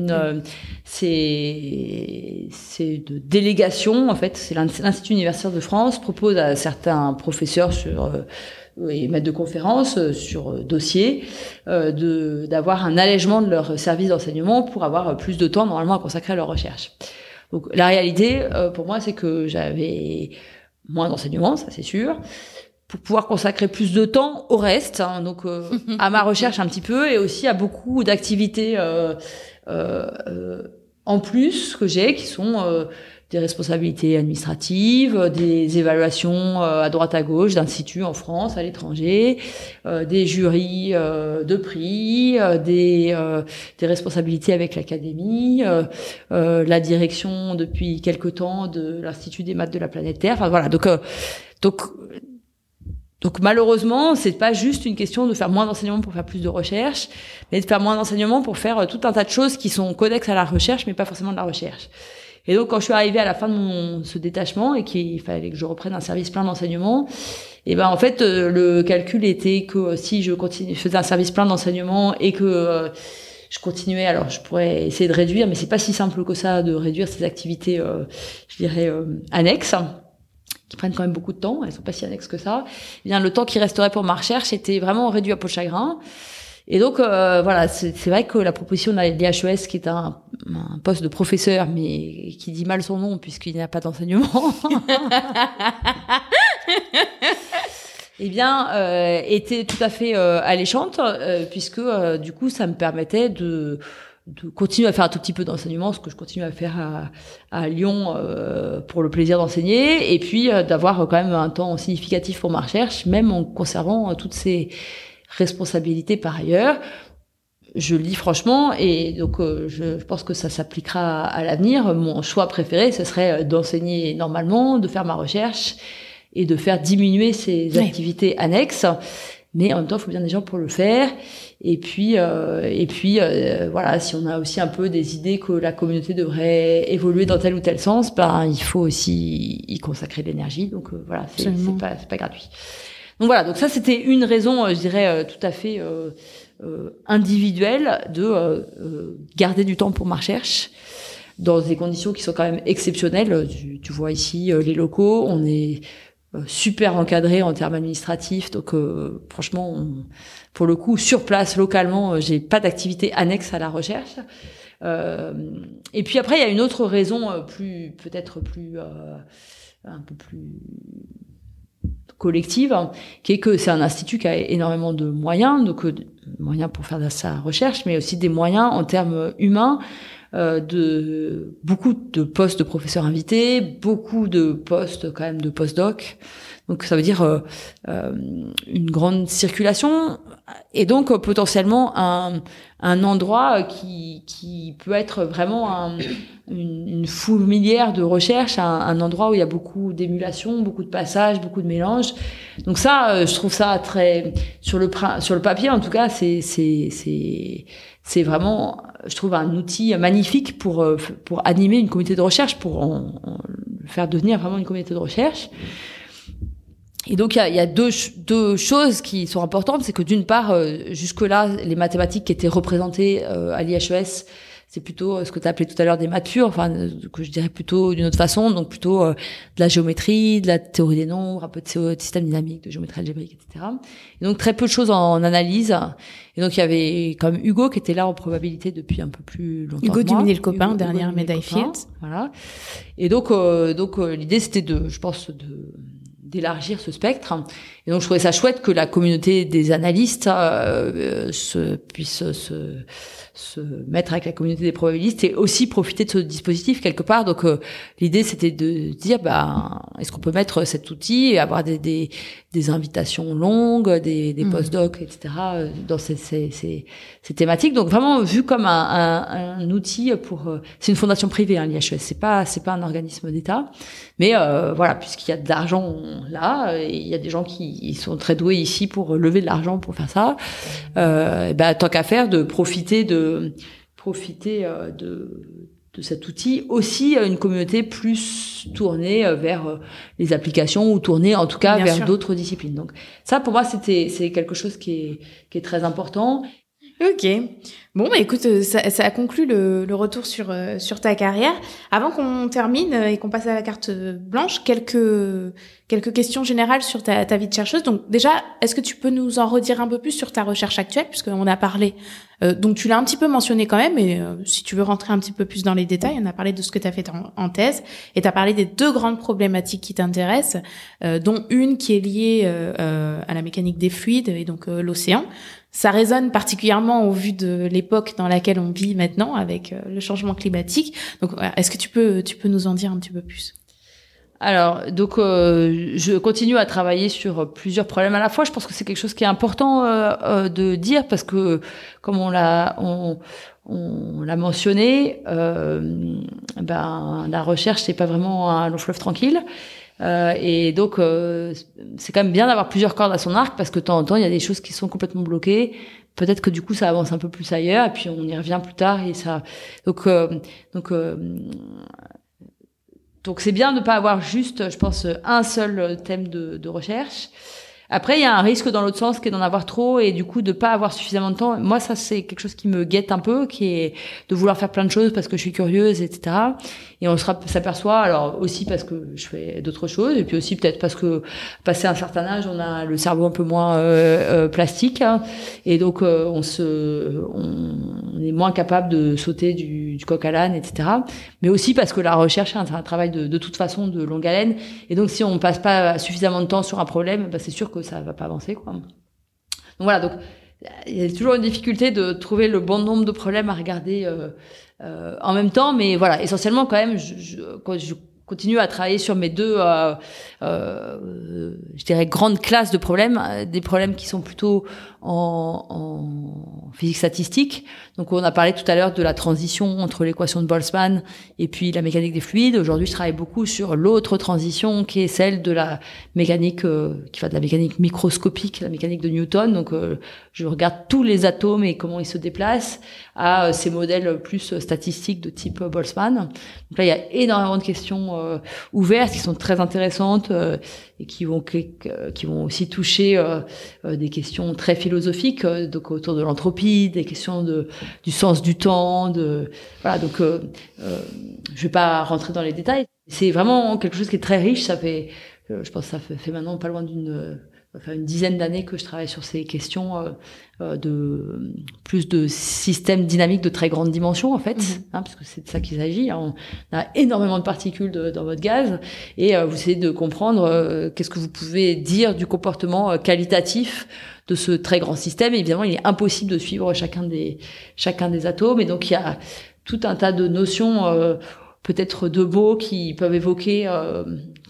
de délégation en fait. C'est l'Institut universitaire de France propose à certains professeurs et maîtres de conférences sur dossier d'avoir un allègement de leur service d'enseignement pour avoir plus de temps normalement à consacrer à leur recherche. Donc la réalité pour moi c'est que j'avais moins d'enseignement, ça c'est sûr, pour pouvoir consacrer plus de temps au reste, hein, donc à ma recherche un petit peu et aussi à beaucoup d'activités en plus que j'ai qui sont des responsabilités administratives, des évaluations à droite à gauche d'instituts en France, à l'étranger, des jurys de prix, des responsabilités avec l'académie, la direction depuis quelque temps de l'Institut des maths de la planète Terre. Enfin voilà, donc malheureusement, c'est pas juste une question de faire moins d'enseignement pour faire plus de recherche, mais de faire moins d'enseignement pour faire tout un tas de choses qui sont connexes à la recherche, mais pas forcément de la recherche. Et donc, quand je suis arrivée à la fin de ce détachement et qu'il fallait que je reprenne un service plein d'enseignement, et en fait, le calcul était que si je faisais un service plein d'enseignement et que je continuais, alors je pourrais essayer de réduire, mais c'est pas si simple que ça de réduire ces activités, je dirais annexes, qui prennent quand même beaucoup de temps. Elles sont pas si annexes que ça. Eh bien, le temps qui resterait pour ma recherche était vraiment réduit à peau de chagrin. Et donc voilà, c'est vrai que la proposition de l'IHES, qui est un poste de professeur, mais qui dit mal son nom puisqu'il n'y a pas d'enseignement, eh bien était tout à fait alléchante, puisque du coup ça me permettait de continuer à faire un tout petit peu d'enseignement, ce que je continue à faire à Lyon pour le plaisir d'enseigner, et puis d'avoir quand même un temps significatif pour ma recherche, même en conservant toutes ces responsabilité par ailleurs. Je le dis franchement, et donc je pense que ça s'appliquera à l'avenir. Mon choix préféré, ce serait d'enseigner normalement, de faire ma recherche et de faire diminuer ces activités annexes. Mais en même temps, il faut bien des gens pour le faire. Et puis voilà, si on a aussi un peu des idées que la communauté devrait évoluer dans tel ou tel sens, il faut aussi y consacrer de l'énergie. Donc voilà, c'est pas gratuit. Donc voilà, donc ça c'était une raison, je dirais, tout à fait individuelle de garder du temps pour ma recherche dans des conditions qui sont quand même exceptionnelles. Tu vois ici les locaux, on est super encadré en termes administratifs, donc franchement, pour le coup, sur place, localement, j'ai pas d'activité annexe à la recherche. Et puis après, il y a une autre raison un peu plus collective, qui est que c'est un institut qui a énormément de moyens, donc moyens pour faire de sa recherche, mais aussi des moyens en termes humains, de beaucoup de postes de professeurs invités, beaucoup de postes quand même de postdoc, Donc ça veut dire une grande circulation et donc potentiellement un endroit qui peut être vraiment une fourmilière de recherche, un endroit où il y a beaucoup d'émulation, beaucoup de passages, beaucoup de mélanges. Donc ça, je trouve ça très sur le papier en tout cas, c'est vraiment, je trouve, un outil magnifique pour animer une communauté de recherche, pour en faire devenir vraiment une communauté de recherche. Et donc il y a deux choses qui sont importantes, c'est que d'une part, jusque-là, les mathématiques qui étaient représentées à l'IHES, c'est plutôt ce que tu as appelé tout à l'heure des maths pures, enfin que je dirais plutôt d'une autre façon, donc plutôt de la géométrie, de la théorie des nombres, un peu de système dynamique, de géométrie algébrique, etc. Et donc très peu de choses en analyse. Et donc il y avait comme Hugo qui était là en probabilité depuis un peu plus longtemps. Hugo Duminil-Copin, dernière médaille Fields. Voilà. Et donc l'idée c'était d'élargir ce spectre. Et donc je trouvais ça chouette que la communauté des analystes puisse se mettre avec la communauté des probabilistes et aussi profiter de ce dispositif quelque part. Donc l'idée c'était de dire est-ce qu'on peut mettre cet outil et avoir des invitations longues, des post-docs, etc. dans ces thématiques. Donc vraiment vu comme un outil pour c'est une fondation privée, l'IHES, c'est pas un organisme d'État, mais voilà, puisqu'il y a de l'argent là, et il y a des gens qui sont très doués ici pour lever de l'argent pour faire ça, tant qu'à faire, de profiter de cet outil aussi une communauté plus tournée vers les applications ou tournée en tout cas Bien vers sûr. d'autres disciplines. Donc ça pour moi c'est quelque chose qui est très important. Ok. Bon, écoute, ça conclut le retour sur ta carrière. Avant qu'on termine et qu'on passe à la carte blanche, quelques questions générales sur ta vie de chercheuse. Donc déjà, est-ce que tu peux nous en redire un peu plus sur ta recherche actuelle, puisqu'on a parlé, donc tu l'as un petit peu mentionné quand même, mais si tu veux rentrer un petit peu plus dans les détails, on a parlé de ce que tu as fait en thèse, et tu as parlé des deux grandes problématiques qui t'intéressent, dont une qui est liée à la mécanique des fluides et donc l'océan. Ça résonne particulièrement au vu de l'époque dans laquelle on vit maintenant avec le changement climatique. Donc, est-ce que tu peux nous en dire un petit peu plus? Alors, donc, je continue à travailler sur plusieurs problèmes à la fois. Je pense que c'est quelque chose qui est important de dire parce que, comme on l'a mentionné, la recherche c'est pas vraiment un long fleuve tranquille. Et donc c'est quand même bien d'avoir plusieurs cordes à son arc parce que de temps en temps il y a des choses qui sont complètement bloquées. Peut-être que du coup ça avance un peu plus ailleurs et puis on y revient plus tard et ça. Donc c'est bien de pas avoir juste, je pense, un seul thème de recherche. Après, il y a un risque dans l'autre sens qui est d'en avoir trop et du coup de pas avoir suffisamment de temps. Moi, ça, c'est quelque chose qui me guette un peu, qui est de vouloir faire plein de choses parce que je suis curieuse, etc. Et on s'aperçoit, alors aussi parce que je fais d'autres choses et puis aussi peut-être parce que passé un certain âge, on a le cerveau un peu moins plastique hein, et donc on est moins capable de sauter du coq à l'âne, etc. Mais aussi parce que la recherche, c'est un travail de toute façon de longue haleine et donc si on passe pas suffisamment de temps sur un problème, c'est sûr que ça va pas avancer, quoi. Donc voilà, donc il y a toujours une difficulté de trouver le bon nombre de problèmes à regarder en même temps, mais voilà, essentiellement quand même, je continue à travailler sur mes deux, je dirais, grandes classes de problèmes, des problèmes qui sont plutôt en physique statistique. Donc, on a parlé tout à l'heure de la transition entre l'équation de Boltzmann et puis la mécanique des fluides. Aujourd'hui, je travaille beaucoup sur l'autre transition qui est celle de la mécanique, qui va de la mécanique microscopique, la mécanique de Newton. Donc, je regarde tous les atomes et comment ils se déplacent à ces modèles plus statistiques de type Boltzmann. Donc là, il y a énormément de questions ouvertes qui sont très intéressantes et qui vont aussi toucher des questions très philosophiques, donc autour de l'entropie, des questions du sens du temps, voilà. Donc, je vais pas rentrer dans les détails. C'est vraiment quelque chose qui est très riche. Ça fait, je pense, que ça fait maintenant pas loin une dizaine d'années que je travaille sur ces questions de plus de systèmes dynamiques de très grande dimension en fait, hein, parce que c'est de ça qu'il s'agit. On a énormément de particules dans votre gaz et vous essayez de comprendre qu'est-ce que vous pouvez dire du comportement qualitatif de ce très grand système. Et évidemment, il est impossible de suivre chacun des atomes et donc il y a tout un tas de notions peut-être de mots qui peuvent évoquer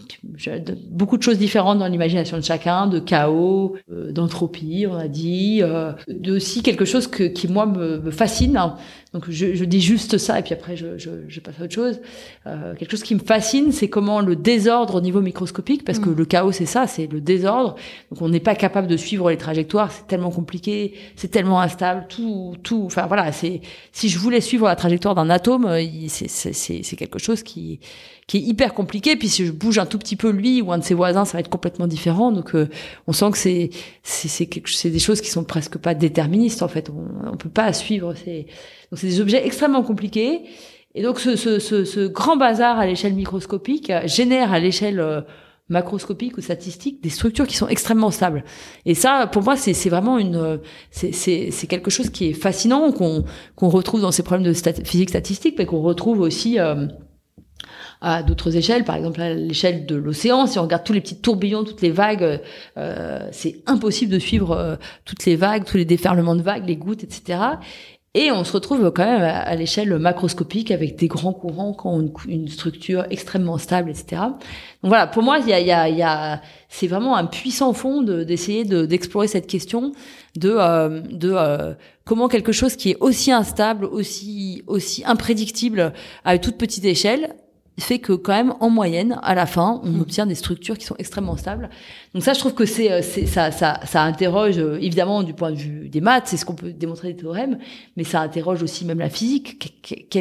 beaucoup de choses différentes dans l'imagination de chacun, de chaos, d'entropie, on a dit, de aussi quelque chose qui moi me fascine. Hein. Donc je dis juste ça et puis après je passe à autre chose. Quelque chose qui me fascine, c'est comment le désordre au niveau microscopique, parce que le chaos c'est ça, c'est le désordre. Donc on n'est pas capable de suivre les trajectoires, c'est tellement compliqué, c'est tellement instable, tout. Enfin voilà, si je voulais suivre la trajectoire d'un atome, c'est quelque chose qui est hyper compliqué. Puis si je bouge un tout petit peu lui ou un de ses voisins, ça va être complètement différent. Donc on sent que c'est des choses qui sont presque pas déterministes en fait. On peut pas suivre. Donc c'est des objets extrêmement compliqués. Et donc ce grand bazar à l'échelle microscopique génère à l'échelle macroscopique ou statistique des structures qui sont extrêmement stables. Et ça, pour moi, c'est vraiment c'est quelque chose qui est fascinant, qu'on retrouve dans ces problèmes de physique statistique, mais qu'on retrouve aussi à d'autres échelles, par exemple à l'échelle de l'océan. Si on regarde tous les petits tourbillons, toutes les vagues, c'est impossible de suivre toutes les vagues, tous les déferlements de vagues, les gouttes, etc. Et on se retrouve quand même à l'échelle macroscopique avec des grands courants qui ont une structure extrêmement stable, etc. Donc voilà, pour moi, c'est vraiment un puissant fond d'essayer d'explorer cette question de comment quelque chose qui est aussi instable, aussi imprédictible à une toute petite échelle fait que quand même en moyenne à la fin on obtient des structures qui sont extrêmement stables. Donc ça je trouve que ça interroge évidemment du point de vue des maths, c'est ce qu'on peut démontrer des théorèmes, mais ça interroge aussi même la physique.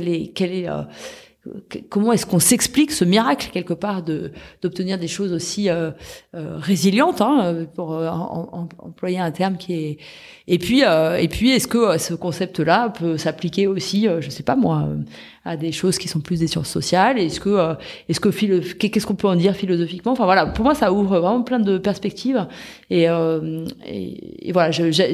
Comment est-ce qu'on s'explique ce miracle quelque part d'obtenir des choses aussi résilientes, hein, pour employer un terme qui est. Et puis est-ce que ce concept-là peut s'appliquer aussi, je sais pas moi, à des choses qui sont plus des sciences sociales? Qu'est-ce qu'on peut en dire philosophiquement? Enfin voilà, pour moi ça ouvre vraiment plein de perspectives et voilà,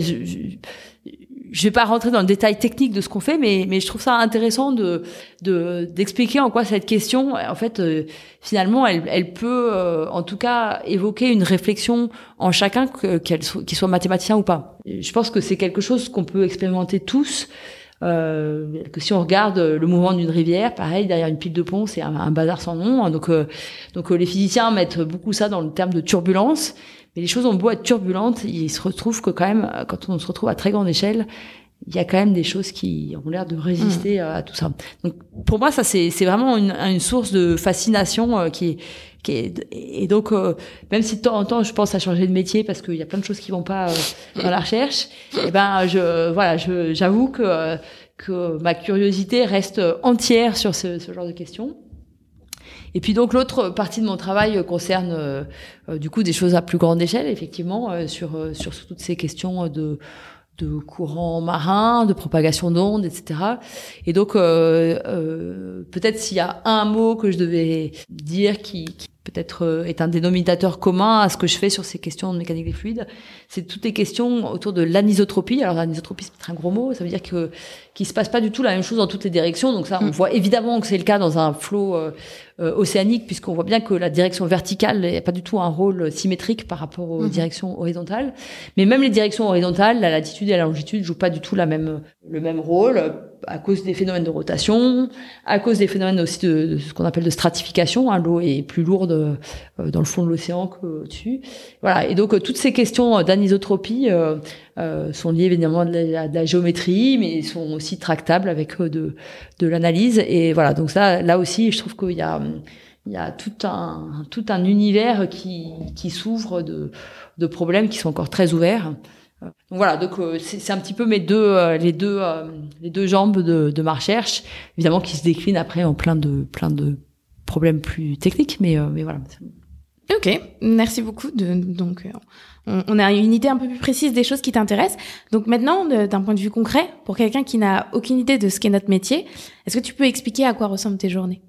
je vais pas rentrer dans le détail technique de ce qu'on fait, mais je trouve ça intéressant d'expliquer en quoi cette question, en fait, finalement, elle peut, en tout cas, évoquer une réflexion en chacun, qu'il soit mathématicien ou pas. Je pense que c'est quelque chose qu'on peut expérimenter tous. Que si on regarde le mouvement d'une rivière, pareil, derrière une pile de pont, c'est un bazar sans nom. Donc les physiciens mettent beaucoup ça dans le terme de turbulence. Mais les choses ont beau être turbulentes, il se retrouve que quand même, quand on se retrouve à très grande échelle, il y a quand même des choses qui ont l'air de résister à tout ça. Donc pour moi, ça c'est vraiment une source de fascination qui est et donc même si de temps en temps je pense à changer de métier parce qu'il y a plein de choses qui vont pas dans la recherche, et ben j'avoue que ma curiosité reste entière sur ce genre de questions. Et puis donc l'autre partie de mon travail concerne du coup des choses à plus grande échelle, effectivement, sur toutes ces questions de courants marins, de propagation d'ondes, etc. Et donc peut-être s'il y a un mot que je devais dire qui peut-être est un dénominateur commun à ce que je fais sur ces questions de mécanique des fluides, c'est toutes les questions autour de l'anisotropie. Alors l'anisotropie, c'est peut-être un gros mot, ça veut dire qu'il se passe pas du tout la même chose dans toutes les directions. Donc ça, on voit évidemment que c'est le cas dans un flot océanique, puisqu'on voit bien que la direction verticale n'a pas du tout un rôle symétrique par rapport aux directions horizontales. Mais même les directions horizontales, la latitude et la longitude jouent pas du tout le même rôle, à cause des phénomènes de rotation, à cause des phénomènes aussi de ce qu'on appelle de stratification. L'eau est plus lourde dans le fond de l'océan qu'au-dessus. Voilà. Et donc toutes ces questions d'anisotropie sont liées évidemment à de la géométrie, mais sont aussi tractables avec de l'analyse. Et voilà. Donc ça, là aussi, je trouve qu'il y a tout un univers qui s'ouvre de problèmes qui sont encore très ouverts. Donc voilà, donc c'est un petit peu les deux jambes de ma recherche, évidemment qui se déclinent après en plein de problèmes plus techniques, mais voilà. Ok, merci beaucoup. Donc on a une idée un peu plus précise des choses qui t'intéressent. Donc maintenant, d'un point de vue concret, pour quelqu'un qui n'a aucune idée de ce qu'est notre métier, est-ce que tu peux expliquer à quoi ressemblent tes journées?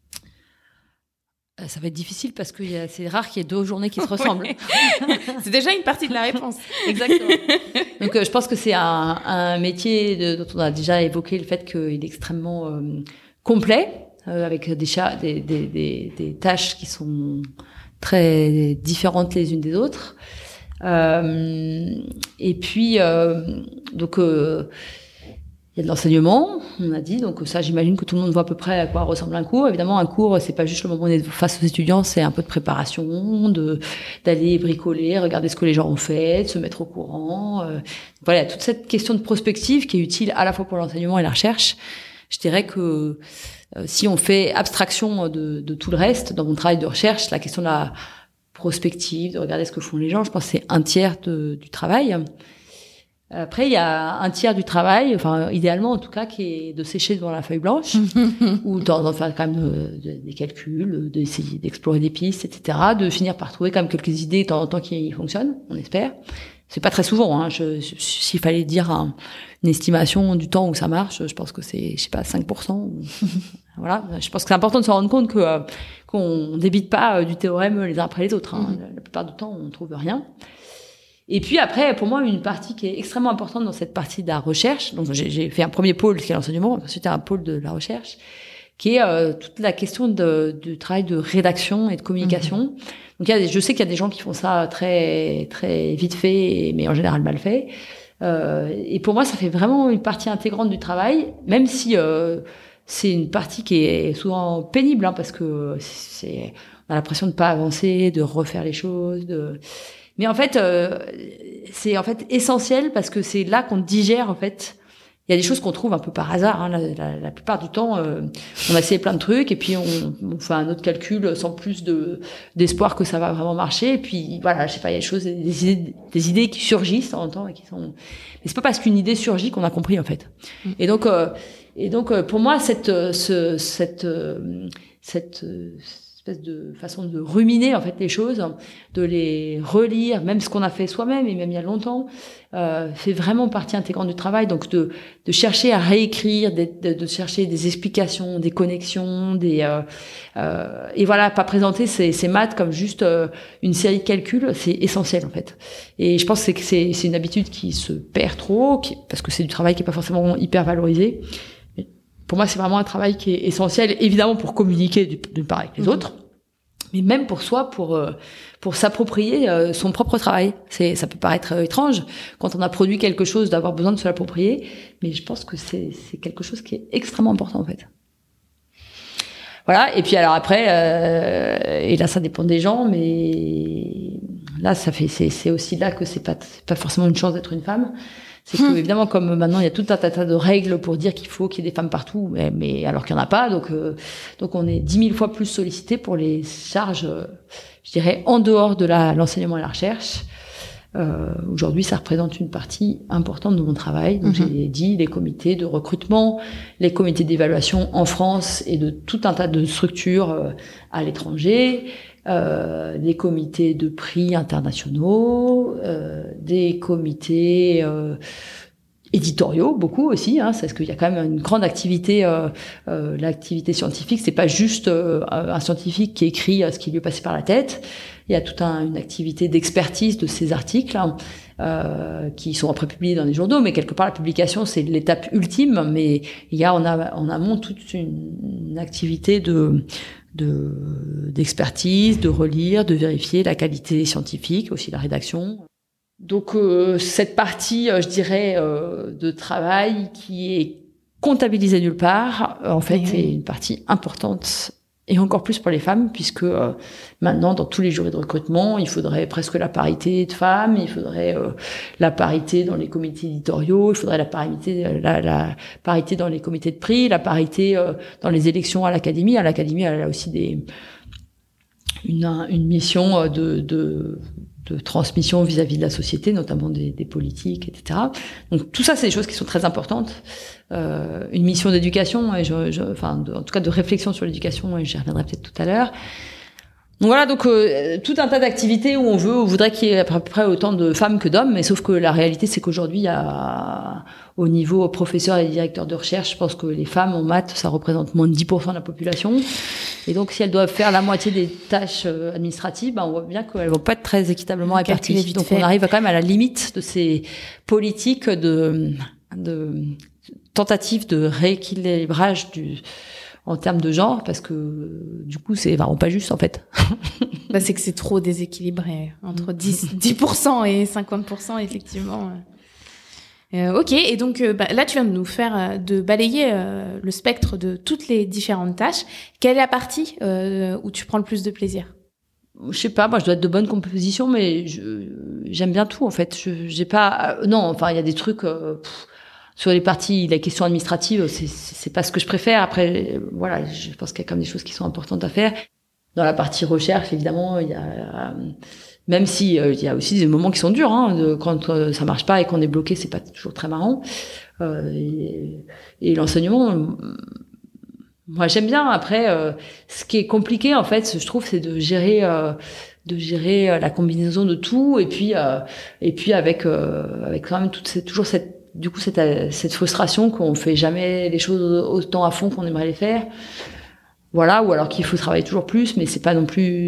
Ça va être difficile parce que c'est rare qu'il y ait deux journées qui se ressemblent. C'est déjà une partie de la réponse. Exactement. Donc je pense que c'est un métier dont on a déjà évoqué le fait qu'il est extrêmement complet, avec des tâches qui sont très différentes les unes des autres. Et puis donc Il y a de l'enseignement, on a dit, donc ça, j'imagine que tout le monde voit à peu près à quoi ressemble un cours. Évidemment, un cours, c'est pas juste le moment où on est face aux étudiants, c'est un peu de préparation, d'aller bricoler, regarder ce que les gens ont fait, de se mettre au courant. Voilà, toute cette question de prospective qui est utile à la fois pour l'enseignement et la recherche. Je dirais que si on fait abstraction de tout le reste, dans mon travail de recherche, la question de la prospective, de regarder ce que font les gens, je pense que c'est un tiers du travail. Après, il y a un tiers du travail, enfin idéalement en tout cas, qui est de sécher devant la feuille blanche, ou d'en faire quand même des calculs, d'essayer d'explorer des pistes, etc., de finir par trouver quand même quelques idées de temps en temps qui fonctionnent, on espère. C'est pas très souvent, hein. S'il fallait dire une estimation du temps où ça marche, je pense que c'est, je sais pas, 5%. Voilà. Je pense que c'est important de se rendre compte qu'on débite pas du théorème les uns après les autres, hein. La plupart du temps, on trouve rien. Et puis après, pour moi, une partie qui est extrêmement importante dans cette partie de la recherche, donc j'ai fait un premier pôle qui est l'enseignement, ensuite un pôle de la recherche, qui est toute la question du travail de rédaction et de communication. Donc je sais qu'il y a des gens qui font ça très très vite fait, mais en général mal fait. Et pour moi, ça fait vraiment une partie intégrante du travail, même si c'est une partie qui est souvent pénible, hein, parce que on a l'impression de pas avancer, de refaire les choses, mais en fait, c'est en fait essentiel parce que c'est là qu'on digère en fait. Il y a des choses qu'on trouve un peu par hasard, hein. La plupart du temps, on a essayé plein de trucs et puis on fait un autre calcul sans plus d'espoir que ça va vraiment marcher. Et puis voilà, je sais pas, il y a des idées qui surgissent en temps et qui sont. Mais c'est pas parce qu'une idée surgit qu'on a compris en fait. Et donc pour moi, cette espèce de façon de ruminer en fait les choses, de les relire, même ce qu'on a fait soi-même et même il y a longtemps, fait vraiment partie intégrante du travail. Donc de chercher à réécrire, de chercher des explications, des connexions, et voilà, pas présenter ces maths comme juste une série de calculs, c'est essentiel en fait. Et je pense que c'est une habitude qui se perd trop, parce que c'est du travail qui est pas forcément hyper valorisé. Pour moi, c'est vraiment un travail qui est essentiel, évidemment pour communiquer d'une part avec les autres, mais même pour soi, pour s'approprier son propre travail. Ça peut paraître étrange quand on a produit quelque chose d'avoir besoin de se l'approprier, mais je pense que c'est quelque chose qui est extrêmement important en fait. Voilà. Et puis alors après, et là ça dépend des gens, mais là c'est aussi là que c'est pas forcément une chance d'être une femme. C'est que évidemment, comme maintenant il y a tout un tas de règles pour dire qu'il faut qu'il y ait des femmes partout, mais alors qu'il y en a pas, donc on est 10 000 fois plus sollicité pour les charges, je dirais, en dehors de l'enseignement et la recherche. Aujourd'hui, ça représente une partie importante de mon travail. Donc j'ai dit les comités de recrutement, les comités d'évaluation en France et de tout un tas de structures à l'étranger. Des comités de prix internationaux, des comités éditoriaux, beaucoup aussi, hein, parce qu'il y a quand même une grande activité. L'activité scientifique, c'est pas juste un scientifique qui écrit ce qui lui est passé par la tête. Il y a toute une activité d'expertise de ces articles, hein, qui sont après publiés dans les journaux, mais quelque part la publication c'est l'étape ultime. Mais il y a en amont toute une activité d'expertise, de relire, de vérifier la qualité scientifique, aussi la rédaction. Donc cette partie, je dirais, de travail qui est comptabilisée nulle part, en fait, c'est une partie importante. Et encore plus pour les femmes, puisque maintenant, dans tous les jurys de recrutement, il faudrait presque la parité de femmes, il faudrait la parité dans les comités éditoriaux, il faudrait la parité dans les comités de prix, la parité dans les élections à l'Académie. À l'Académie, elle a aussi une mission de transmission vis-à-vis de la société, notamment des politiques, etc. Donc tout ça, c'est des choses qui sont très importantes. Une mission d'éducation, et en tout cas de réflexion sur l'éducation, et j'y reviendrai peut-être tout à l'heure. Donc voilà, tout un tas d'activités où on voudrait qu'il y ait à peu près autant de femmes que d'hommes, mais sauf que la réalité, c'est qu'aujourd'hui, au niveau professeur et directeur de recherche, je pense que les femmes en maths, ça représente moins de 10% de la population. Et donc, si elles doivent faire la moitié des tâches administratives, on voit bien qu'elles vont pas être très équitablement réparties. Donc, on arrive quand même à la limite de ces politiques de tentatives de rééquilibrage en termes de genre, parce que du coup c'est vraiment pas juste en fait. C'est que c'est trop déséquilibré entre 10% et 50% effectivement. Ok, et donc là tu viens de nous faire de balayer le spectre de toutes les différentes tâches. Quelle est la partie où tu prends le plus de plaisir? Je sais pas, moi je dois être de bonne composition, mais j'aime bien tout en fait. J'ai pas, non, enfin il y a des trucs sur les parties, les questions administratives, c'est pas ce que je préfère. Après, voilà, je pense qu'il y a quand même des choses qui sont importantes à faire. Dans la partie recherche, évidemment, il y a même si il y a aussi des moments qui sont durs, hein, quand ça marche pas et qu'on est bloqué, c'est pas toujours très marrant. Et l'enseignement, moi j'aime bien. Après, ce qui est compliqué en fait, je trouve, c'est de gérer la combinaison de tout, et puis avec quand même toujours cette frustration qu'on fait jamais les choses autant à fond qu'on aimerait les faire. Voilà, ou alors qu'il faut travailler toujours plus, mais c'est pas non plus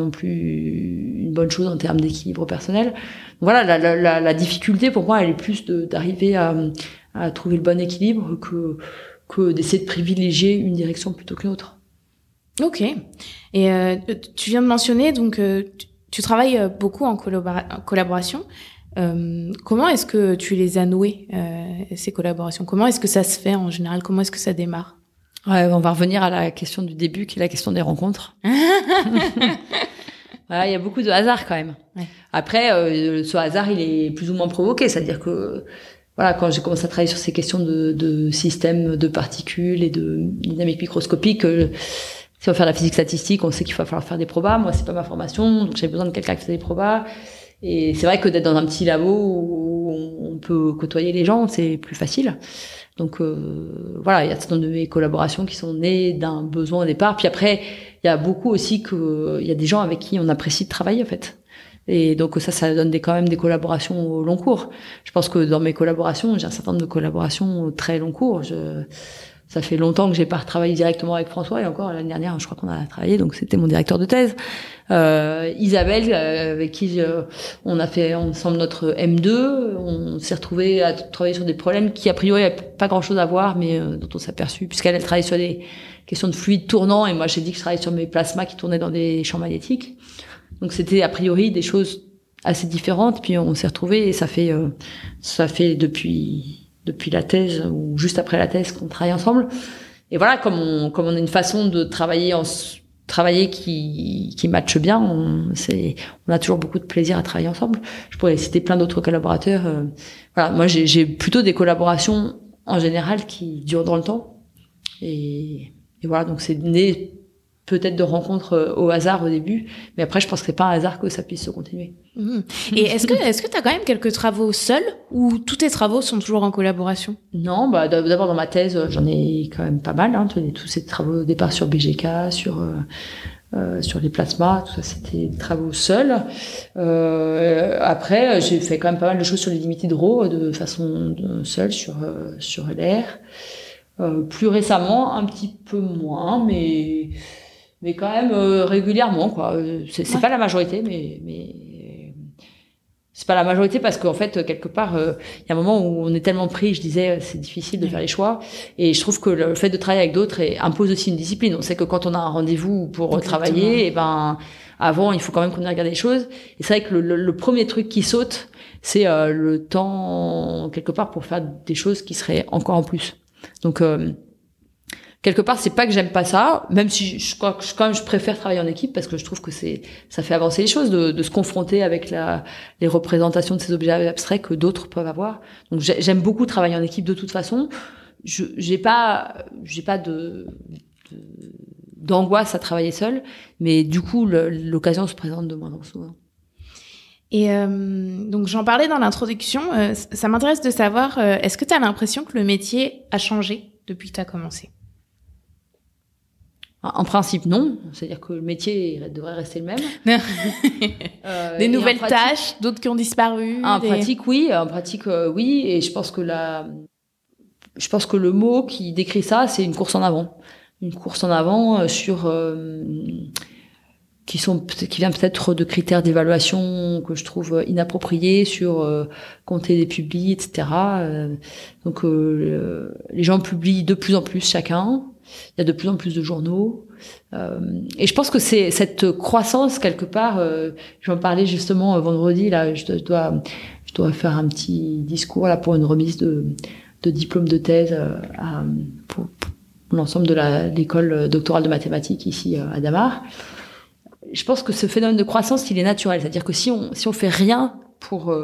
une bonne chose en termes d'équilibre personnel. Donc voilà, la difficulté pour moi, elle est plus d'arriver à trouver le bon équilibre que d'essayer de privilégier une direction plutôt qu'une autre. Ok. Et tu viens de mentionner, donc tu travailles beaucoup en collaboration. Comment est-ce que tu les as nouées, ces collaborations? Comment est-ce que ça se fait en général? Comment est-ce que ça démarre? Ouais, on va revenir à la question du début, qui est la question des rencontres. Voilà, il y a beaucoup de hasard quand même. Ouais. Après, ce hasard, il est plus ou moins provoqué, c'est-à-dire que voilà, quand j'ai commencé à travailler sur ces questions de systèmes de particules et de dynamique microscopique, si on va faire de la physique statistique, on sait qu'il va falloir faire des probas. Moi, c'est pas ma formation, donc j'avais besoin de quelqu'un qui faisait des probas. Et c'est vrai que d'être dans un petit labo où on peut côtoyer les gens, c'est plus facile. Donc voilà, il y a un certain nombre de mes collaborations qui sont nées d'un besoin au départ. Puis après, il y a beaucoup aussi il y a des gens avec qui on apprécie de travailler en fait. Et donc ça donne quand même des collaborations au long cours. Je pense que dans mes collaborations, j'ai un certain nombre de collaborations au très long cours. Ça fait longtemps que j'ai pas retravaillé directement avec François, et encore l'année dernière, je crois qu'on a travaillé, donc c'était mon directeur de thèse. Isabelle, avec qui on a fait ensemble notre M2, on s'est retrouvés à travailler sur des problèmes qui a priori n'avaient pas grand-chose à voir, mais dont on s'est aperçu, puisqu'elle travaille sur des questions de fluides tournants, et moi j'ai dit que je travaillais sur mes plasmas qui tournaient dans des champs magnétiques. Donc c'était a priori des choses assez différentes, puis on s'est retrouvés, et ça fait depuis la thèse ou juste après la thèse qu'on travaille ensemble. Et voilà, comme on a une façon de travailler qui matche bien, on a toujours beaucoup de plaisir à travailler ensemble. Je pourrais citer plein d'autres collaborateurs. Voilà, moi j'ai plutôt des collaborations en général qui durent dans le temps. Et voilà, donc c'est né peut-être de rencontres au hasard au début, mais après je pense que c'est pas un hasard que ça puisse se continuer. Mmh. Et est-ce que t'as quand même quelques travaux seuls, ou tous tes travaux sont toujours en collaboration? Non, d'abord dans ma thèse, j'en ai quand même pas mal, hein, tous ces travaux au départ sur BGK, sur les plasmas, tout ça c'était des travaux seuls. Après j'ai fait quand même pas mal de choses sur les limites hydro de façon seule sur LR. Plus récemment un petit peu moins, mais quand même régulièrement quoi. C'est pas la majorité, mais c'est pas la majorité parce qu'en fait quelque part il y a un moment où on est tellement pris, je disais c'est difficile de faire les choix, et je trouve que le fait de travailler avec d'autres impose aussi une discipline. On sait que quand on a un rendez-vous pour travailler, et ben avant il faut quand même qu'on ait regardé les choses, et c'est vrai que le premier truc qui saute, c'est le temps quelque part pour faire des choses qui seraient encore en plus. Donc quelque part, c'est pas que j'aime pas ça, même si je préfère travailler en équipe, parce que je trouve que ça fait avancer les choses, de se confronter avec les représentations de ces objets abstraits que d'autres peuvent avoir. Donc j'aime beaucoup travailler en équipe de toute façon. J'ai pas d'angoisse à travailler seule, mais du coup l'occasion se présente de moins en moins souvent. Et donc j'en parlais dans l'introduction, ça m'intéresse de savoir, est-ce que tu as l'impression que le métier a changé depuis que tu as commencé? En principe, non. C'est-à-dire que le métier devrait rester le même. Des nouvelles tâches, d'autres qui ont disparu. En pratique, oui. Oui. Et je pense que le mot qui décrit ça, c'est une course en avant. Une course en avant sur qui vient peut-être de critères d'évaluation que je trouve inappropriés, sur compter des publis, etc. Donc les gens publient de plus en plus chacun. Il y a de plus en plus de journaux. Et je pense que c'est cette croissance, quelque part, je m'en parlais justement vendredi, là, je dois je dois faire un petit discours là pour une remise de diplôme de thèse pour l'ensemble de l'école doctorale de mathématiques ici à Damar. Je pense que ce phénomène de croissance, il est naturel. C'est-à-dire que si on fait rien pour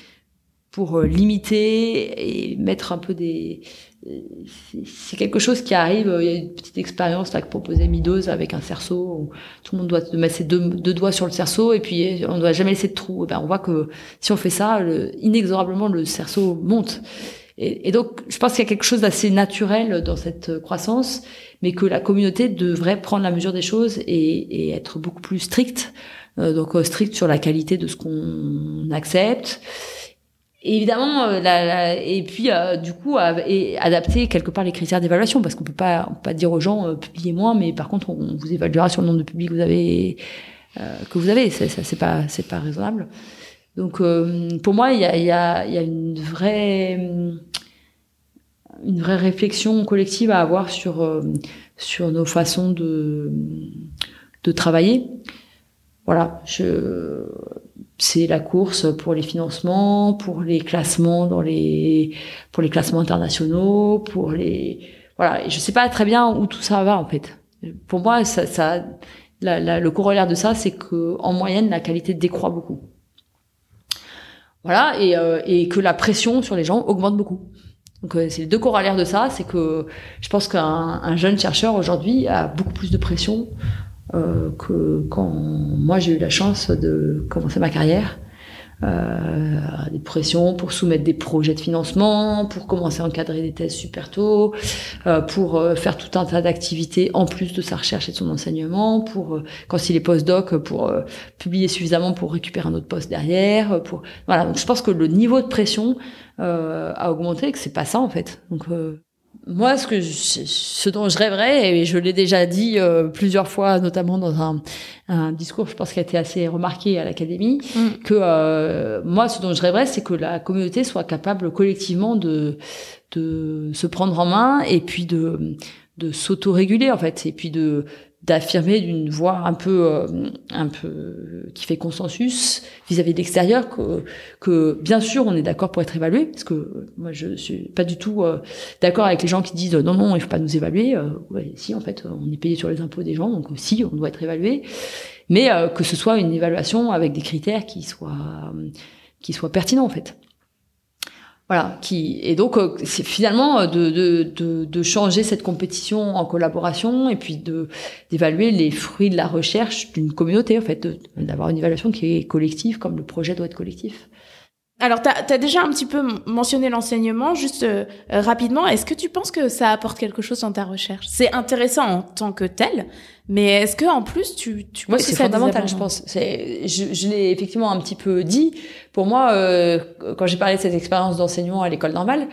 limiter et mettre un peu c'est quelque chose qui arrive. Il y a une petite expérience là que proposait Meadows avec un cerceau où tout le monde doit mettre ses deux doigts sur le cerceau et puis on ne doit jamais laisser de trou. On voit que si on fait ça, inexorablement le cerceau monte. Et donc, je pense qu'il y a quelque chose d'assez naturel dans cette croissance, mais que la communauté devrait prendre la mesure des choses et être beaucoup plus stricte. Donc, stricte sur la qualité de ce qu'on accepte. Et évidemment, et puis du coup, adapter quelque part les critères d'évaluation, parce qu'on peut pas dire aux gens publiez moins, mais par contre, on vous évaluera sur le nombre de publics que vous avez. Ça, c'est pas raisonnable. Donc, pour moi, il y a une vraie réflexion collective à avoir sur nos façons de travailler. Voilà, c'est la course pour les financements, pour les classements pour les classements internationaux, voilà. Et je sais pas très bien où tout ça va en fait. Pour moi, le corollaire de ça, c'est que en moyenne, la qualité décroît beaucoup. Voilà, et que la pression sur les gens augmente beaucoup. Donc c'est les deux corollaires de ça, c'est que je pense qu'un jeune chercheur aujourd'hui a beaucoup plus de pression que quand moi j'ai eu la chance de commencer ma carrière. Des pressions pour soumettre des projets de financement, pour commencer à encadrer des thèses super tôt, pour faire tout un tas d'activités en plus de sa recherche et de son enseignement, pour quand il est postdoc, pour publier suffisamment pour récupérer un autre poste derrière, voilà. Donc je pense que le niveau de pression a augmenté et que c'est pas ça en fait. Donc moi, ce dont je rêverais, et je l'ai déjà dit plusieurs fois, notamment dans un discours, je pense, qui a été assez remarqué à l'Académie, que moi, ce dont je rêverais, c'est que la communauté soit capable collectivement de se prendre en main et puis de s'autoréguler en fait, et puis d'affirmer d'une voix un peu qui fait consensus vis-à-vis de l'extérieur que bien sûr on est d'accord pour être évalué, parce que moi je suis pas du tout d'accord avec les gens qui disent non il faut pas nous évaluer. Ouais, si en fait on est payé sur les impôts des gens, donc si on doit être évalué, mais que ce soit une évaluation avec des critères qui soient pertinents en fait. Voilà, et donc c'est finalement de changer cette compétition en collaboration et puis d'évaluer les fruits de la recherche d'une communauté en fait, d'avoir une évaluation qui est collective comme le projet doit être collectif. Alors t'as déjà un petit peu mentionné l'enseignement, juste rapidement, est-ce que tu penses que ça apporte quelque chose dans ta recherche? C'est intéressant en tant que tel, mais est-ce que en plus tu penses que c'est fondamental, je pense. Je l'ai effectivement un petit peu dit. Pour moi, quand j'ai parlé de cette expérience d'enseignement à l'école normale,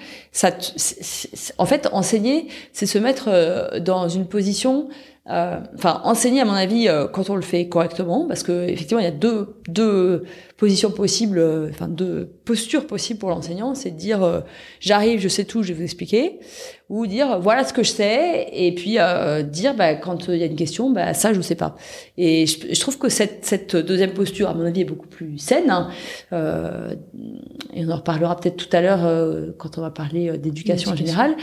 en fait, enseigner, c'est se mettre dans une position. Enseigner, à mon avis, quand on le fait correctement, parce que effectivement, il y a deux positions possibles, deux postures possibles pour l'enseignant, c'est de dire j'arrive, je sais tout, je vais vous expliquer, ou dire voilà ce que je sais, et puis dire quand il y a une question, ça je sais pas. Et je trouve que cette deuxième posture, à mon avis, est beaucoup plus saine. Et on en reparlera peut-être tout à l'heure quand on va parler d'éducation en général,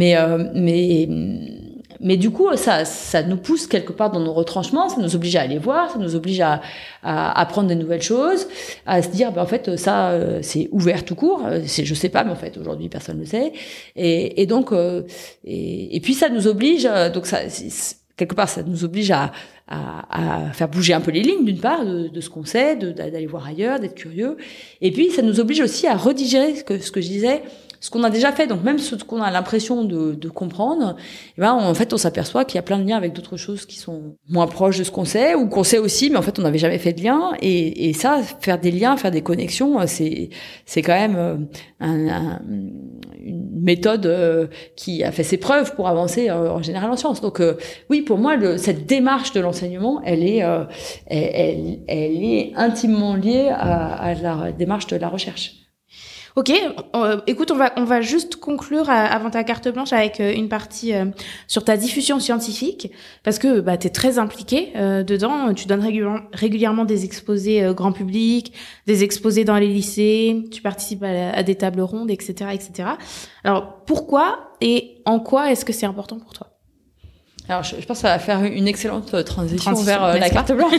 mais du coup, ça nous pousse quelque part dans nos retranchements, ça nous oblige à aller voir, ça nous oblige à apprendre des nouvelles choses, à se dire, en fait, ça, c'est ouvert tout court, je sais pas, mais en fait, aujourd'hui, personne ne le sait. Et donc, et puis ça nous oblige, donc ça, quelque part, ça nous oblige à faire bouger un peu les lignes, d'une part, de ce qu'on sait, d'aller voir ailleurs, d'être curieux. Et puis, ça nous oblige aussi à redigérer ce que je disais, ce qu'on a déjà fait. Donc même ce qu'on a l'impression de comprendre, en fait on s'aperçoit qu'il y a plein de liens avec d'autres choses qui sont moins proches de ce qu'on sait, ou qu'on sait aussi mais en fait on n'avait jamais fait de lien, et ça, faire des liens, faire des connexions, c'est quand même une méthode qui a fait ses preuves pour avancer en général en sciences. Donc oui, pour moi cette démarche de l'enseignement, elle est intimement liée à la démarche de la recherche. Ok, écoute, on va juste conclure avant ta carte blanche avec une partie sur ta diffusion scientifique, parce que tu es très impliquée dedans. Tu donnes régulièrement des exposés grand public, des exposés dans les lycées, tu participes à des tables rondes, etc., etc. Alors, pourquoi et en quoi est-ce que c'est important pour toi? Alors, je pense que ça va faire une excellente transition vers la carte blanche.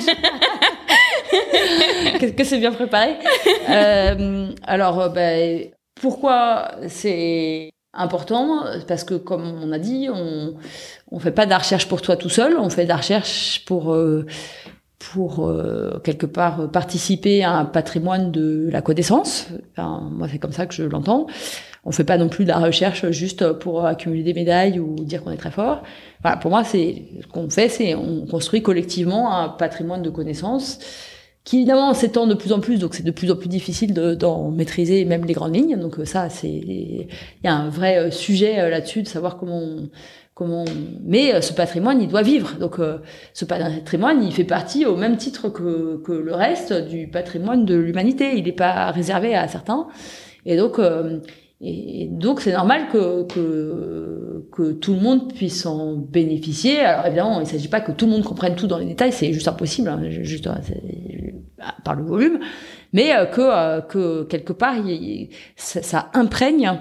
que c'est bien préparé. Alors, pourquoi c'est important? Parce que, comme on a dit, on fait pas de la recherche pour toi tout seul. On fait de la recherche pour quelque part participer à un patrimoine de la connaissance. Enfin, moi, c'est comme ça que je l'entends. On fait pas non plus de la recherche juste pour accumuler des médailles ou dire qu'on est très fort. Voilà, pour moi, c'est ce qu'on fait, c'est on construit collectivement un patrimoine de connaissances qui évidemment s'étend de plus en plus, donc c'est de plus en plus difficile d'en maîtriser même les grandes lignes. Donc ça, il y a un vrai sujet là-dessus de savoir mais ce patrimoine, il doit vivre. Donc ce patrimoine, il fait partie au même titre que le reste du patrimoine de l'humanité. Il n'est pas réservé à certains. Et donc c'est normal que tout le monde puisse en bénéficier. Alors évidemment, il ne s'agit pas que tout le monde comprenne tout dans les détails, c'est juste impossible, hein, par le volume, mais que quelque part ça imprègne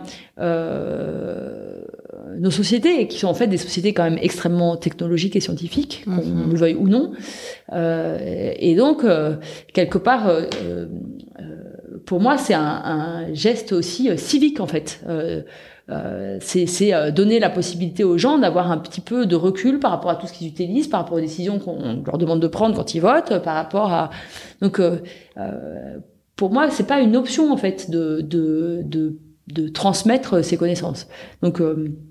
nos sociétés, qui sont en fait des sociétés quand même extrêmement technologiques et scientifiques, qu'on le veuille ou non, et donc quelque part pour moi, c'est un geste aussi civique, en fait. C'est donner la possibilité aux gens d'avoir un petit peu de recul par rapport à tout ce qu'ils utilisent, par rapport aux décisions qu'on leur demande de prendre quand ils votent, par rapport à... Donc, pour moi, c'est pas une option, en fait, de transmettre ces connaissances. Donc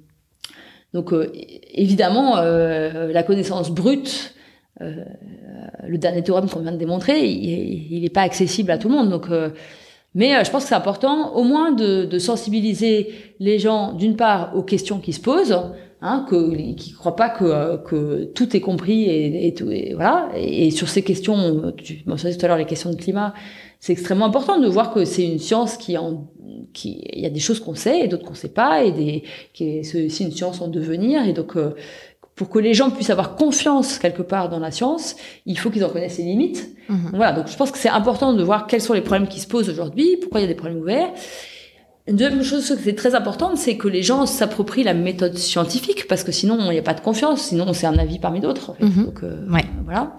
évidemment, la connaissance brute... le dernier théorème qu'on vient de démontrer, il n'est pas accessible à tout le monde. Donc, mais je pense que c'est important, au moins, de sensibiliser les gens, d'une part, aux questions qui se posent, hein, qui croient pas que tout est compris et tout, et voilà. Et sur ces questions, tu mentionnais tout à l'heure les questions de climat, c'est extrêmement important de voir que c'est une science il y a des choses qu'on sait et d'autres qu'on sait pas, c'est aussi une science en devenir, et donc pour que les gens puissent avoir confiance quelque part dans la science, il faut qu'ils en connaissent les limites. Donc, voilà, donc je pense que c'est important de voir quels sont les problèmes qui se posent aujourd'hui, pourquoi il y a des problèmes ouverts. Une deuxième chose qui est très importante, c'est que les gens s'approprient la méthode scientifique, parce que sinon il n'y a pas de confiance, sinon c'est un avis parmi d'autres. En fait. Donc voilà.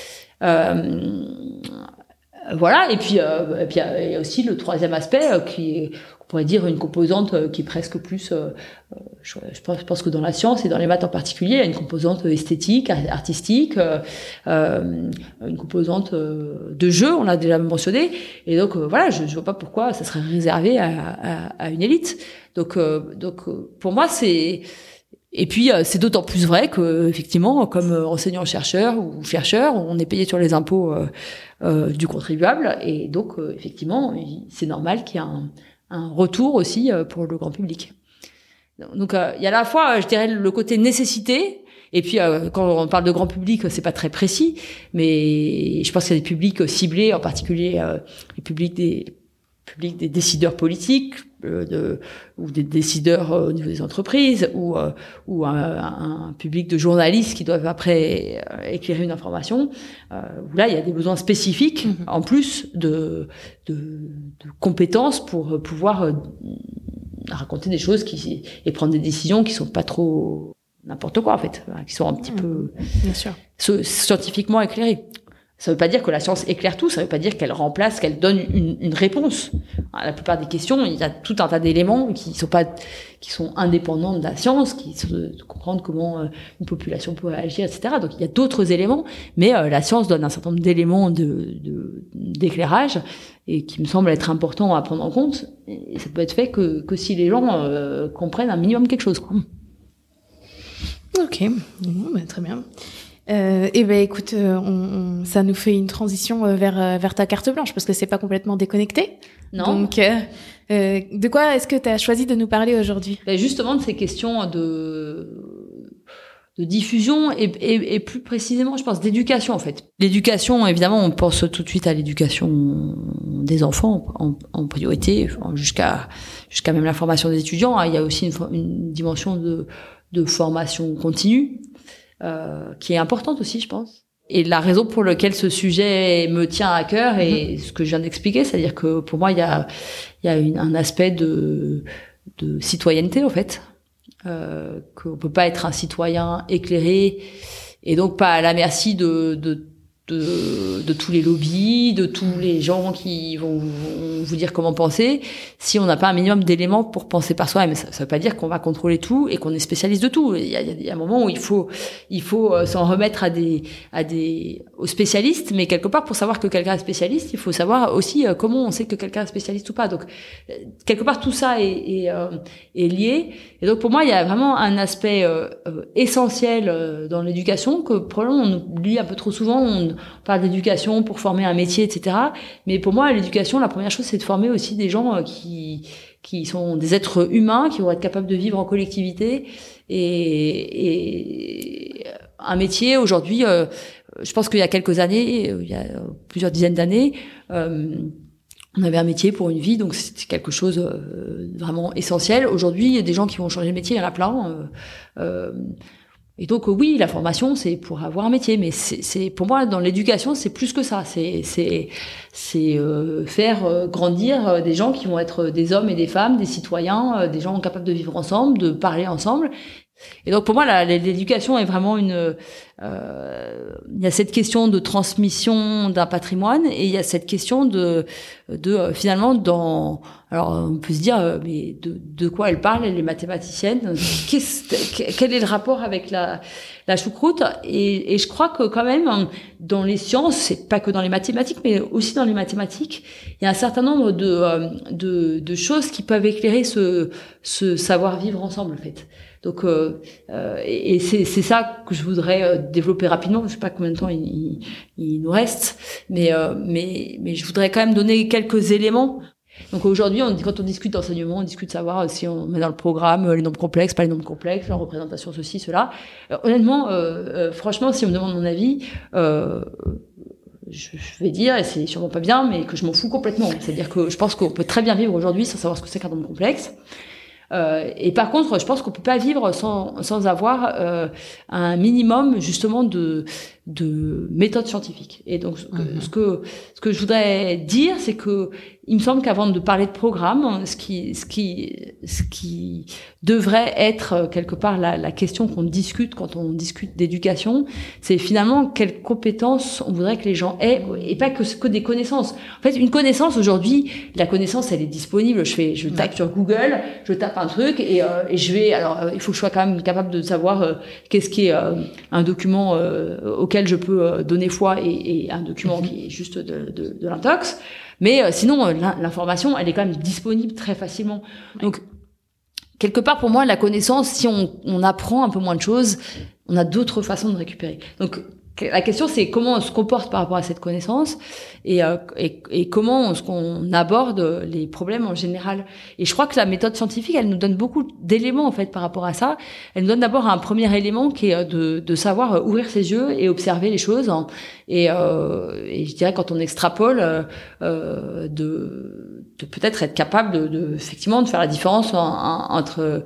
Voilà, et puis il y a aussi le troisième aspect qui est, on pourrait dire, une composante qui est presque plus, je pense que dans la science et dans les maths en particulier, il y a une composante esthétique, artistique, une composante de jeu, on l'a déjà mentionné, et donc voilà, je vois pas pourquoi ça serait réservé à une élite. Donc pour moi et puis c'est d'autant plus vrai que effectivement, comme enseignant-chercheur ou chercheur, on est payé sur les impôts du contribuable, et donc effectivement, c'est normal qu'il y ait un retour aussi pour le grand public. Donc il y a à la fois, je dirais, le côté nécessité, et puis quand on parle de grand public, c'est pas très précis, mais je pense qu'il y a des publics ciblés, en particulier les publics des décideurs politiques, ou des décideurs au niveau des entreprises, ou un public de journalistes qui doivent après éclairer une information, où là il y a des besoins spécifiques en plus de compétences pour pouvoir raconter des choses et prendre des décisions qui sont pas trop n'importe quoi, en fait, qui sont un petit peu bien sûr scientifiquement éclairées. Ça veut pas dire que la science éclaire tout, ça veut pas dire qu'elle remplace, qu'elle donne une réponse. La plupart des questions, il y a tout un tas d'éléments qui sont indépendants de la science, qui sont de comprendre comment une population peut agir, etc. Donc il y a d'autres éléments, mais la science donne un certain nombre d'éléments d'éclairage, et qui me semble être important à prendre en compte. Et ça peut être fait que si les gens comprennent un minimum quelque chose, quoi. Ok, très bien. Écoute, ça nous fait une transition vers ta carte blanche, parce que c'est pas complètement déconnecté. Non. Donc, de quoi est-ce que tu as choisi de nous parler aujourd'hui ? Justement de ces questions diffusion et plus précisément, je pense, d'éducation en fait. L'éducation, évidemment, on pense tout de suite à l'éducation des enfants en priorité, jusqu'à même la formation des étudiants. Il y a aussi une dimension de formation continue qui est importante aussi, je pense. Et la raison pour laquelle ce sujet me tient à cœur est ce que je viens d'expliquer, c'est-à-dire que pour moi, il y a un aspect de citoyenneté en fait. Qu'on peut pas être un citoyen éclairé et donc pas à la merci de tous les lobbies, de tous les gens qui vont vous dire comment penser, si on n'a pas un minimum d'éléments pour penser par soi-même. Ça veut pas dire qu'on va contrôler tout et qu'on est spécialiste de tout. Il y a un moment où il faut s'en remettre aux spécialistes, mais quelque part, pour savoir que quelqu'un est spécialiste, il faut savoir aussi comment on sait que quelqu'un est spécialiste ou pas. Donc, quelque part, tout ça est lié. Et donc, pour moi, il y a vraiment un aspect essentiel dans l'éducation que probablement on oublie un peu trop souvent. On parle d'éducation pour former un métier, etc. Mais pour moi, l'éducation, la première chose, c'est de former aussi des gens qui sont des êtres humains, qui vont être capables de vivre en collectivité. Et un métier, aujourd'hui, je pense qu'il y a quelques années, il y a plusieurs dizaines d'années, on avait un métier pour une vie, donc c'était quelque chose vraiment essentiel. Aujourd'hui, il y a des gens qui vont changer de métier, il y en a plein. Et donc oui, la formation, c'est pour avoir un métier, mais c'est pour moi dans l'éducation, c'est plus que ça. C'est faire grandir des gens qui vont être des hommes et des femmes, des citoyens, des gens capables de vivre ensemble, de parler ensemble. Et donc pour moi, l'éducation est vraiment il y a cette question de transmission d'un patrimoine et il y a cette question de finalement alors on peut se dire mais de quoi elle parle, elle est mathématicienne, quel est le rapport avec la choucroute et je crois que quand même dans les sciences, c'est pas que dans les mathématiques mais aussi dans les mathématiques, il y a un certain nombre de choses qui peuvent éclairer ce savoir vivre ensemble en fait. Donc et c'est ça que je voudrais développer rapidement. Je sais pas combien de temps il nous reste, mais je voudrais quand même donner quelques éléments. Donc aujourd'hui, quand on discute d'enseignement, on discute de savoir si on met dans le programme les nombres complexes, pas les nombres complexes, la représentation ceci, cela. Honnêtement, franchement, si on me demande mon avis, je vais dire, et c'est sûrement pas bien, mais que je m'en fous complètement. C'est-à-dire que je pense qu'on peut très bien vivre aujourd'hui sans savoir ce que c'est qu'un nombre complexe. Et par contre, je pense qu'on peut pas vivre sans avoir un minimum justement de méthode scientifique. Et donc ce que je voudrais dire, c'est que il me semble qu'avant de parler de programme, ce qui devrait être quelque part la question qu'on discute quand on discute d'éducation, c'est finalement quelles compétences on voudrait que les gens aient et pas que des connaissances. En fait, une connaissance aujourd'hui, la connaissance elle est disponible. Je tape sur Google, je tape un truc et je vais. Alors il faut que je sois quand même capable de savoir qu'est-ce qui est un document auquel je peux donner foi et un document qui est juste de l'intox. Mais sinon, l'information, elle est quand même disponible très facilement. Donc, quelque part, pour moi, la connaissance, si on apprend un peu moins de choses, on a d'autres façons de récupérer. Donc, la question, c'est comment on se comporte par rapport à cette connaissance et comment est-ce qu'on aborde les problèmes en général. Et je crois que la méthode scientifique, elle nous donne beaucoup d'éléments en fait par rapport à ça. Elle nous donne d'abord un premier élément qui est de savoir ouvrir ses yeux et observer les choses. Et je dirais quand on extrapole, de peut-être être capable effectivement de faire la différence entre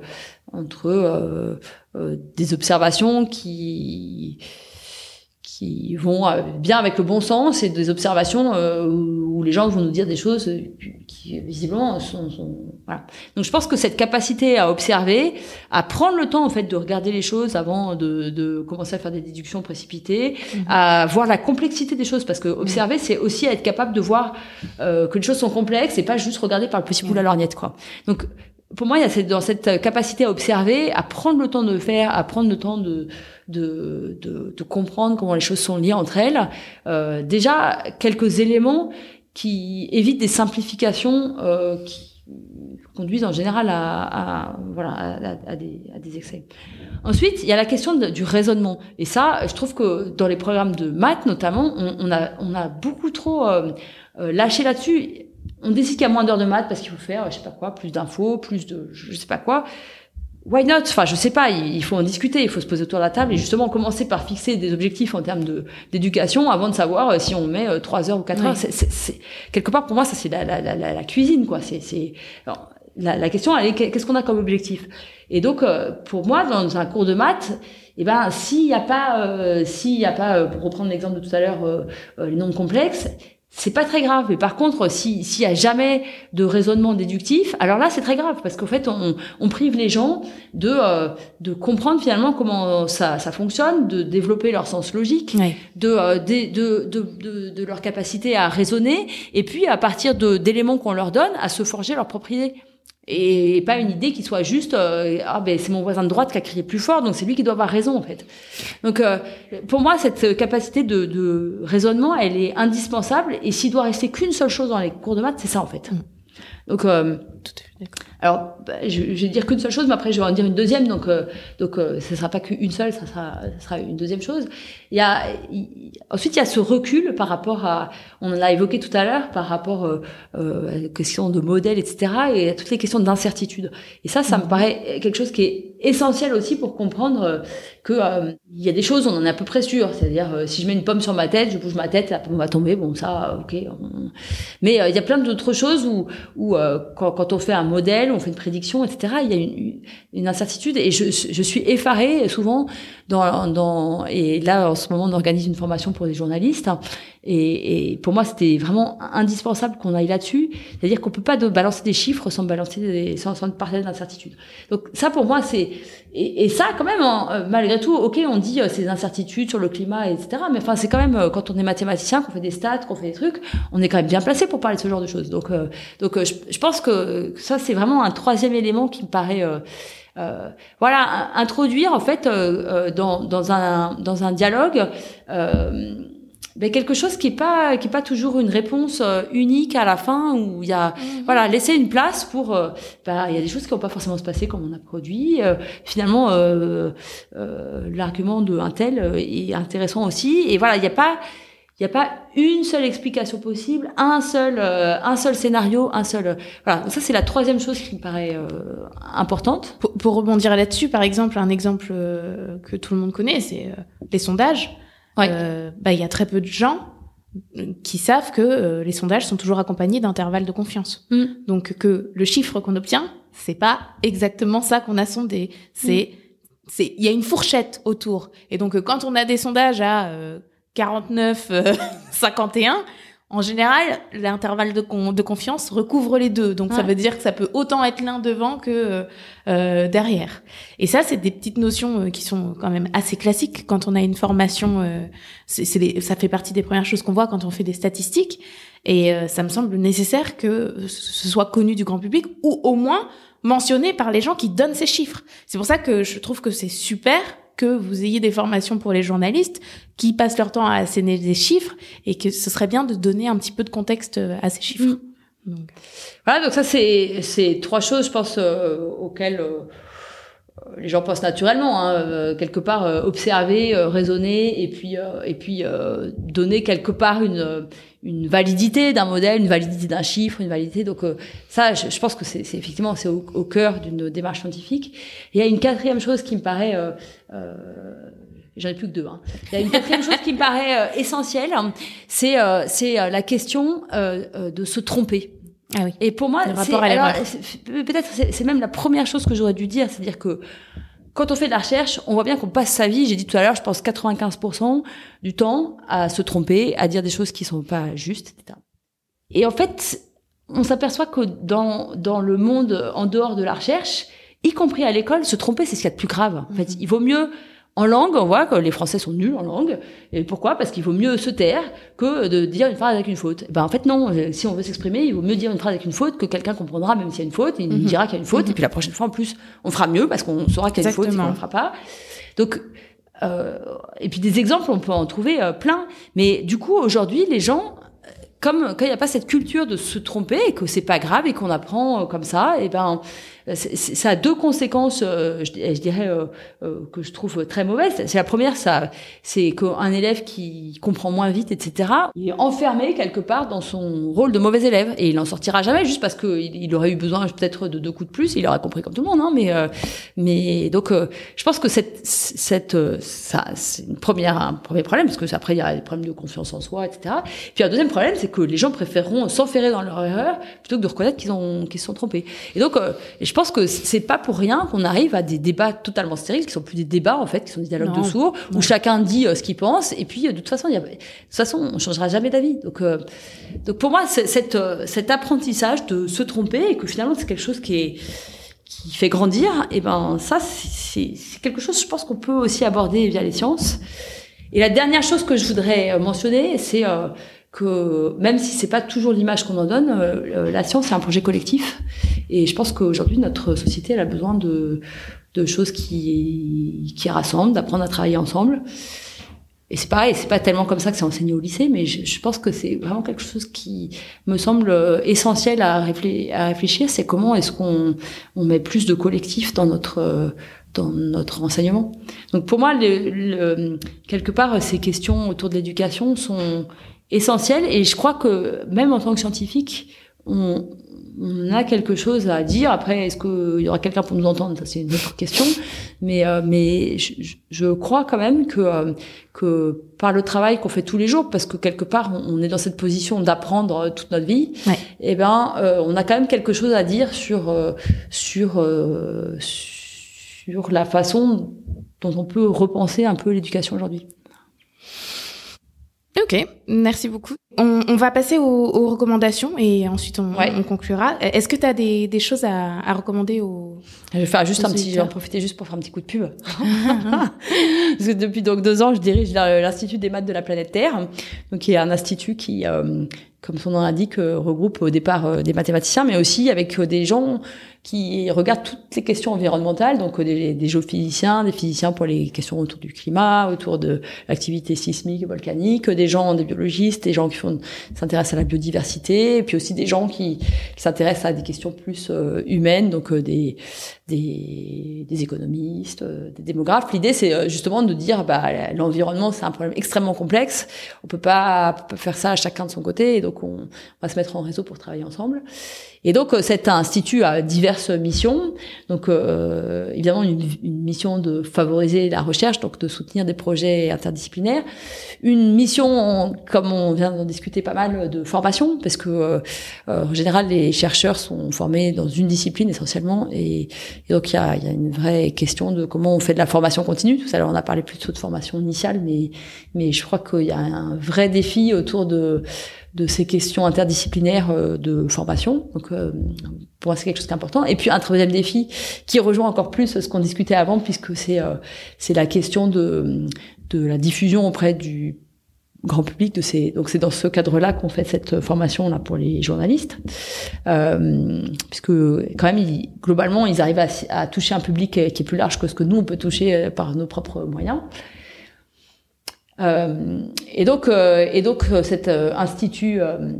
des observations qui vont bien avec le bon sens et des observations où les gens vont nous dire des choses qui visiblement sont voilà. Donc je pense que cette capacité à observer, à prendre le temps en fait de regarder les choses avant de commencer à faire des déductions précipitées, à voir la complexité des choses parce que observer c'est aussi être capable de voir que les choses sont complexes et pas juste regarder par le petit bout de la lorgnette quoi. Donc pour moi, il y a dans cette capacité à observer, à prendre le temps de faire, à prendre le temps de comprendre comment les choses sont liées entre elles. Déjà, quelques éléments qui évitent des simplifications qui conduisent en général à des excès. Ensuite, il y a la question du raisonnement. Et ça, je trouve que dans les programmes de maths, notamment, on a beaucoup trop lâché là-dessus. On décide qu'il y a moins d'heures de maths parce qu'il faut faire, je sais pas quoi, plus d'infos, plus de, je sais pas quoi. why not? Enfin, je sais pas, il faut en discuter, il faut se poser autour de la table et justement commencer par fixer des objectifs en termes d'éducation avant de savoir si on met 3 heures ou 4 heures. C'est quelque part, pour moi, ça, c'est la cuisine, quoi. Alors, la question, elle est, qu'est-ce qu'on a comme objectif? Et donc, pour moi, dans un cours de maths, s'il y a pas, pour reprendre l'exemple de tout à l'heure, les nombres complexes, c'est pas très grave. Mais par contre, s'il y a jamais de raisonnement déductif, alors là, c'est très grave parce qu'en fait, on prive les gens de comprendre finalement comment ça fonctionne, de développer leur sens logique, de leur capacité à raisonner, et puis à partir d'éléments qu'on leur donne, à se forger leur propre idée. Et pas une idée qui soit juste c'est mon voisin de droite qui a crié plus fort, donc c'est lui qui doit avoir raison en fait. Donc pour moi, cette capacité de raisonnement, elle est indispensable, et s'il doit rester qu'une seule chose dans les cours de maths, c'est ça en fait. Donc tout à fait d'accord. Alors je vais dire qu'une seule chose, mais après je vais en dire une deuxième, donc ça sera pas qu'une seule, ça sera une deuxième chose. Ensuite il y a ce recul par rapport à, on en a évoqué tout à l'heure, par rapport à la question de modèles, etc., et à toutes les questions d'incertitude. Et ça me paraît quelque chose qui est essentiel aussi pour comprendre que il y a des choses, on en est à peu près sûr. C'est-à-dire si je mets une pomme sur ma tête, je bouge ma tête, la pomme va tomber. Bon, ça, ok. Mais il y a plein d'autres choses où quand on fait un modèle, on fait une prédiction, etc., il y a une incertitude, et je suis effarée souvent et là en ce moment on organise une formation pour les journalistes, et pour moi c'était vraiment indispensable qu'on aille là-dessus, c'est-à-dire qu'on peut pas balancer des chiffres sans parler d'incertitude. Donc ça pour moi et ça quand même malgré tout, ok, on dit ces incertitudes sur le climat, etc., mais enfin c'est quand même quand on est mathématicien, qu'on fait des stats, qu'on fait des trucs, on est quand même bien placé pour parler de ce genre de choses. Donc je pense que ça c'est vraiment un troisième élément qui me paraît introduire en fait dans un dialogue quelque chose qui est pas toujours une réponse unique à la fin, où il y a laisser une place pour il y a des choses qui vont pas forcément se passer comme on a produit, finalement l'argument de un tel est intéressant aussi, et voilà, il y a pas une seule explication possible, un seul scénario, voilà. Donc ça c'est la troisième chose qui me paraît importante. Pour rebondir là-dessus, par exemple, un exemple que tout le monde connaît, c'est les sondages. Il y a très peu de gens qui savent que les sondages sont toujours accompagnés d'intervalles de confiance. Donc que le chiffre qu'on obtient, c'est pas exactement ça qu'on a sondé. Il y a une fourchette autour. Et donc quand on a des sondages à 49, 51, en général, l'intervalle de confiance recouvre les deux. Donc, ça veut dire que ça peut autant être l'un devant que derrière. Et ça, c'est des petites notions qui sont quand même assez classiques quand on a une formation. Ça fait partie des premières choses qu'on voit quand on fait des statistiques. Et ça me semble nécessaire que ce soit connu du grand public, ou au moins mentionné par les gens qui donnent ces chiffres. C'est pour ça que je trouve que c'est super que vous ayez des formations pour les journalistes qui passent leur temps à asséner des chiffres, et que ce serait bien de donner un petit peu de contexte à ces chiffres. Donc ça c'est trois choses, je pense, auxquelles les gens pensent naturellement, quelque part observer, raisonner, et puis donner quelque part une validité d'un modèle, une validité d'un chiffre, une validité. Donc ça, je pense que c'est effectivement c'est au cœur d'une démarche scientifique. Et il y a une quatrième chose qui me paraît j'en ai plus que deux. Il y a une quatrième chose qui me paraît essentielle, c'est la question de se tromper. Ah oui. Et pour moi, peut-être c'est même la première chose que j'aurais dû dire, c'est-à-dire que quand on fait de la recherche, on voit bien qu'on passe sa vie, j'ai dit tout à l'heure, je pense 95% du temps à se tromper, à dire des choses qui sont pas justes, etc. Et en fait, on s'aperçoit que dans le monde en dehors de la recherche, y compris à l'école, se tromper, c'est ce qu'il y a de plus grave. En fait, il vaut mieux. En langue, on voit que les Français sont nuls en langue. Et pourquoi ? Parce qu'il vaut mieux se taire que de dire une phrase avec une faute. En fait, non. Si on veut s'exprimer, il vaut mieux dire une phrase avec une faute que quelqu'un comprendra même s'il y a une faute. Il nous dira qu'il y a une faute. Et puis la prochaine fois, en plus, on fera mieux parce qu'on saura qu'il y a une faute et qu'on ne le fera pas. Donc, et puis des exemples, on peut en trouver plein. Mais du coup, aujourd'hui, les gens, comme quand il n'y a pas cette culture de se tromper et que c'est pas grave et qu'on apprend comme ça, et ben ça a deux conséquences, je dirais que je trouve très mauvaises. C'est la première, c'est qu'un élève qui comprend moins vite, etc., il est enfermé quelque part dans son rôle de mauvais élève et il en sortira jamais juste parce que il aurait eu besoin peut-être de 2 coups de plus. Il aurait compris comme tout le monde, hein, mais donc je pense que ça c'est un premier problème parce que après il y a des problèmes de confiance en soi, etc. Puis un deuxième problème, c'est que les gens préféreront s'enferrer dans leur erreur plutôt que de reconnaître qu'ils se sont trompés. Et donc je pense que c'est pas pour rien qu'on arrive à des débats totalement stériles, qui sont plus des débats, en fait, qui sont des dialogues de sourds, où chacun dit ce qu'il pense, et puis, de toute façon, on changera jamais d'avis. Donc pour moi, cet apprentissage de se tromper, et que finalement, c'est quelque chose qui fait grandir, et ben, ça, c'est quelque chose, je pense, qu'on peut aussi aborder via les sciences. Et la dernière chose que je voudrais mentionner, c'est, que même si c'est pas toujours l'image qu'on en donne, la science c'est un projet collectif et je pense qu'aujourd'hui notre société elle a besoin de choses qui rassemblent, d'apprendre à travailler ensemble. Et c'est pareil, c'est pas tellement comme ça que c'est enseigné au lycée, mais je pense que c'est vraiment quelque chose qui me semble essentiel à réfléchir, c'est comment est-ce qu'on met plus de collectif dans notre enseignement. Donc pour moi, quelque part, ces questions autour de l'éducation sont essentielles et je crois que même en tant que scientifique, on a quelque chose à dire. Après, est-ce qu'il y aura quelqu'un pour nous entendre? Ça, c'est une autre question. Mais je crois quand même que par le travail qu'on fait tous les jours, parce que quelque part, on est dans cette position d'apprendre toute notre vie, ouais. Et ben, on a quand même quelque chose à dire sur la façon dont on peut repenser un peu l'éducation aujourd'hui. Ok, merci beaucoup. On va passer aux recommandations et ensuite on conclura. Est-ce que tu as des choses à recommander aux Je vais faire juste je vais en profiter juste pour faire un petit coup de pub. Parce que depuis donc 2 ans, je dirige l'Institut des maths de la planète Terre, donc qui est un institut qui, comme son nom l'indique, regroupe au départ des mathématiciens, mais aussi avec des gens qui regardent toutes les questions environnementales, donc des géophysiciens, des physiciens pour les questions autour du climat, autour de l'activité sismique et volcanique, des biologistes, des gens qui s'intéressent à la biodiversité, et puis aussi des gens qui s'intéressent à des questions plus humaines, donc des économistes, des démographes. L'idée, c'est justement de dire, l'environnement, c'est un problème extrêmement complexe. On peut pas faire ça à chacun de son côté, et donc on va se mettre en réseau pour travailler ensemble. Et donc cet institut a diverses missions. Donc évidemment une mission de favoriser la recherche, donc de soutenir des projets interdisciplinaires. Une mission, comme on vient d'en discuter pas mal, de formation, parce que en général les chercheurs sont formés dans une discipline essentiellement, et donc il y a une vraie question de comment on fait de la formation continue. Tout à l'heure on a parlé plutôt de formation initiale, mais je crois qu'il y a un vrai défi autour de ces questions interdisciplinaires de formation. Donc pour moi c'est quelque chose qui est important. Et puis un troisième défi qui rejoint encore plus ce qu'on discutait avant, puisque c'est la question de la diffusion auprès du grand public donc c'est dans ce cadre-là qu'on fait cette formation là pour les journalistes, puisque quand même globalement ils arrivent à toucher un public qui est plus large que ce que nous on peut toucher par nos propres moyens. Et donc cet institut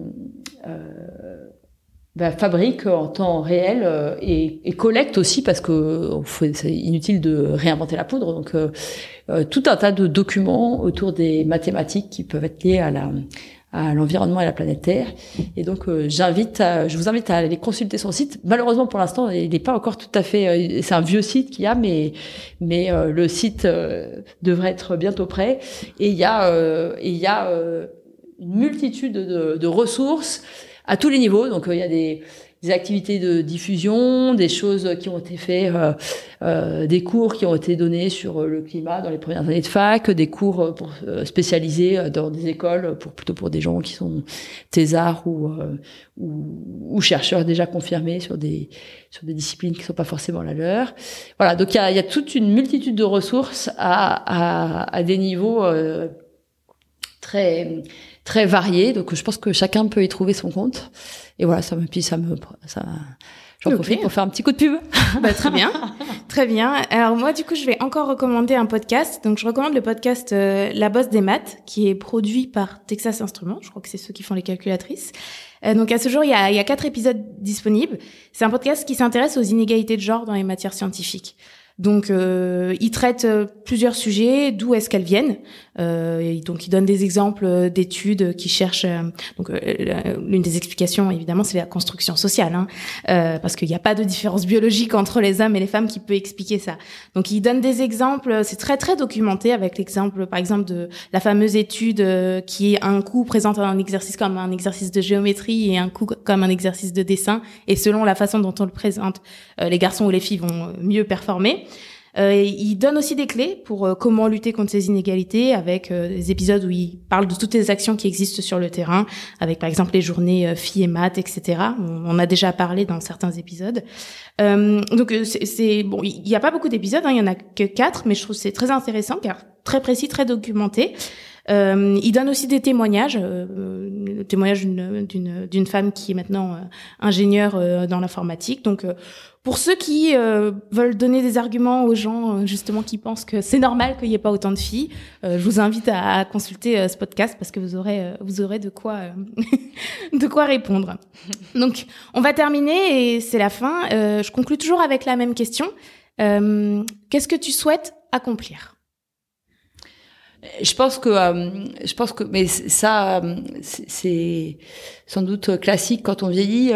fabrique en temps réel et collecte aussi, parce que c'est inutile de réinventer la poudre, donc tout un tas de documents autour des mathématiques qui peuvent être liés à l'environnement et à la planète Terre. Et donc je vous invite à aller consulter son site. Malheureusement pour l'instant il n'est pas encore tout à fait, c'est un vieux site qu'il y a, mais le site devrait être bientôt prêt. Et il y a une multitude de ressources à tous les niveaux. Donc il y a des activités de diffusion, des choses qui ont été faites, des cours qui ont été donnés sur le climat dans les premières années de fac, des cours spécialisés dans des écoles plutôt pour des gens qui sont thésards ou chercheurs déjà confirmés sur des disciplines qui sont pas forcément la leur. Voilà, donc il y a toute une multitude de ressources à des niveaux très très variés. Donc je pense que chacun peut y trouver son compte. Et voilà, je J'en profite pour faire un petit coup de pub. Très bien, très bien. Alors moi, du coup, je vais encore recommander un podcast. Donc, je recommande le podcast La Bosse des maths, qui est produit par Texas Instruments. Je crois que c'est ceux qui font les calculatrices. Donc, à ce jour, il y a 4 épisodes disponibles. C'est un podcast qui s'intéresse aux inégalités de genre dans les matières scientifiques. Donc, il traite plusieurs sujets, d'où est-ce qu'elles viennent. Donc, il donne des exemples d'études qui cherchent. L'une des explications, évidemment, c'est la construction sociale, parce qu'il n'y a pas de différence biologique entre les hommes et les femmes qui peut expliquer ça. Donc, il donne des exemples. C'est très très documenté avec l'exemple, par exemple, de la fameuse étude qui un coup présente un exercice comme un exercice de géométrie et un coup comme un exercice de dessin. Et selon la façon dont on le présente, les garçons ou les filles vont mieux performer. Il donne aussi des clés pour comment lutter contre ces inégalités avec des épisodes où il parle de toutes les actions qui existent sur le terrain, avec par exemple les journées filles et maths, etc. On a déjà parlé dans certains épisodes. Donc c'est bon, il y a pas beaucoup d'épisodes, il y en a que 4, mais je trouve que c'est très intéressant car très précis, très documenté. Il donne aussi des témoignages, le témoignage d'une femme qui est maintenant ingénieure dans l'informatique. Donc pour ceux qui veulent donner des arguments aux gens justement qui pensent que c'est normal qu'il n'y ait pas autant de filles, je vous invite à consulter ce podcast parce que vous aurez de quoi de quoi répondre. Donc on va terminer et c'est la fin. Je conclue toujours avec la même question. Qu'est-ce que tu souhaites accomplir ? Je pense que, mais ça, c'est sans doute classique quand on vieillit.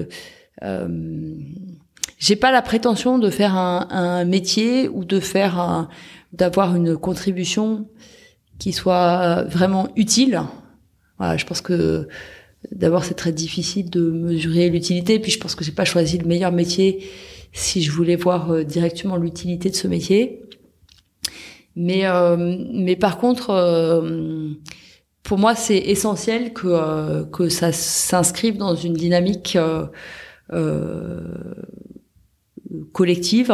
J'ai pas la prétention de faire un métier ou d'avoir une contribution qui soit vraiment utile. Voilà, je pense que d'abord c'est très difficile de mesurer l'utilité. Puis je pense que j'ai pas choisi le meilleur métier si je voulais voir directement l'utilité de ce métier. Mais par contre, pour moi, c'est essentiel que ça s'inscrive dans une dynamique collective.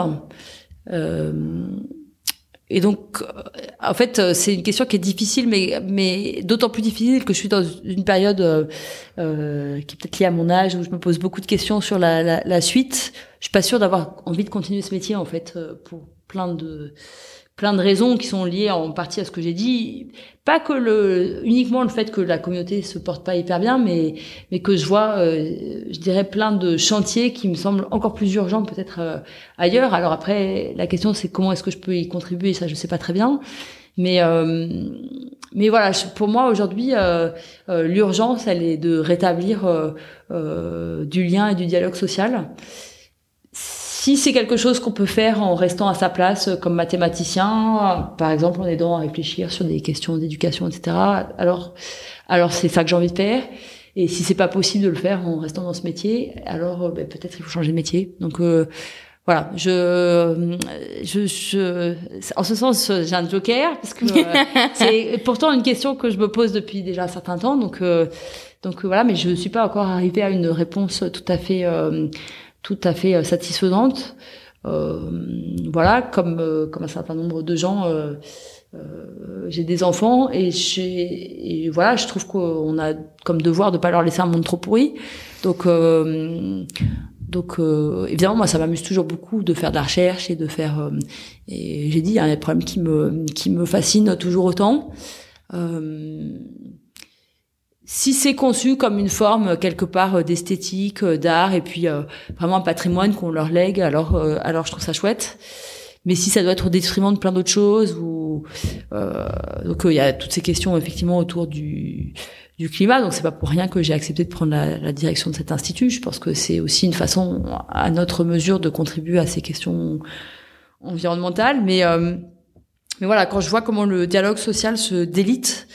Et donc, en fait, c'est une question qui est difficile, mais d'autant plus difficile que je suis dans une période qui est peut-être liée à mon âge, où je me pose beaucoup de questions sur la suite. Je suis pas sûre d'avoir envie de continuer ce métier, en fait, pour plein de raisons qui sont liées en partie à ce que j'ai dit. Pas que uniquement le fait que la communauté se porte pas hyper bien, mais que je vois, je dirais, plein de chantiers qui me semblent encore plus urgents peut-être ailleurs. Alors après, la question c'est comment est-ce que je peux y contribuer, ça je sais pas très bien. Mais voilà, pour moi aujourd'hui, l'urgence, elle est de rétablir du lien et du dialogue social. Si c'est quelque chose qu'on peut faire en restant à sa place comme mathématicien, par exemple en aidant à réfléchir sur des questions d'éducation, etc., alors c'est ça que j'ai envie de faire. Et si c'est pas possible de le faire en restant dans ce métier, alors peut-être il faut changer de métier. Donc voilà, en ce sens, j'ai un joker parce que c'est pourtant une question que je me pose depuis déjà un certain temps. Donc voilà, mais je suis pas encore arrivée à une réponse tout à fait satisfaisante. Voilà, comme un certain nombre de gens, j'ai des enfants et voilà, je trouve qu'on a comme devoir de pas leur laisser un monde trop pourri. Donc évidemment, moi, ça m'amuse toujours beaucoup de faire de la recherche et de faire. Et j'ai dit, il y a des problèmes qui me fascinent toujours autant. Si c'est conçu comme une forme quelque part d'esthétique, d'art et puis vraiment un patrimoine qu'on leur lègue, alors je trouve ça chouette. Mais si ça doit être au détriment de plein d'autres choses, donc il y a toutes ces questions effectivement autour du climat. Donc c'est pas pour rien que j'ai accepté de prendre la direction de cet institut. Je pense que c'est aussi une façon à notre mesure de contribuer à ces questions environnementales. Mais voilà, quand je vois comment le dialogue social se délite.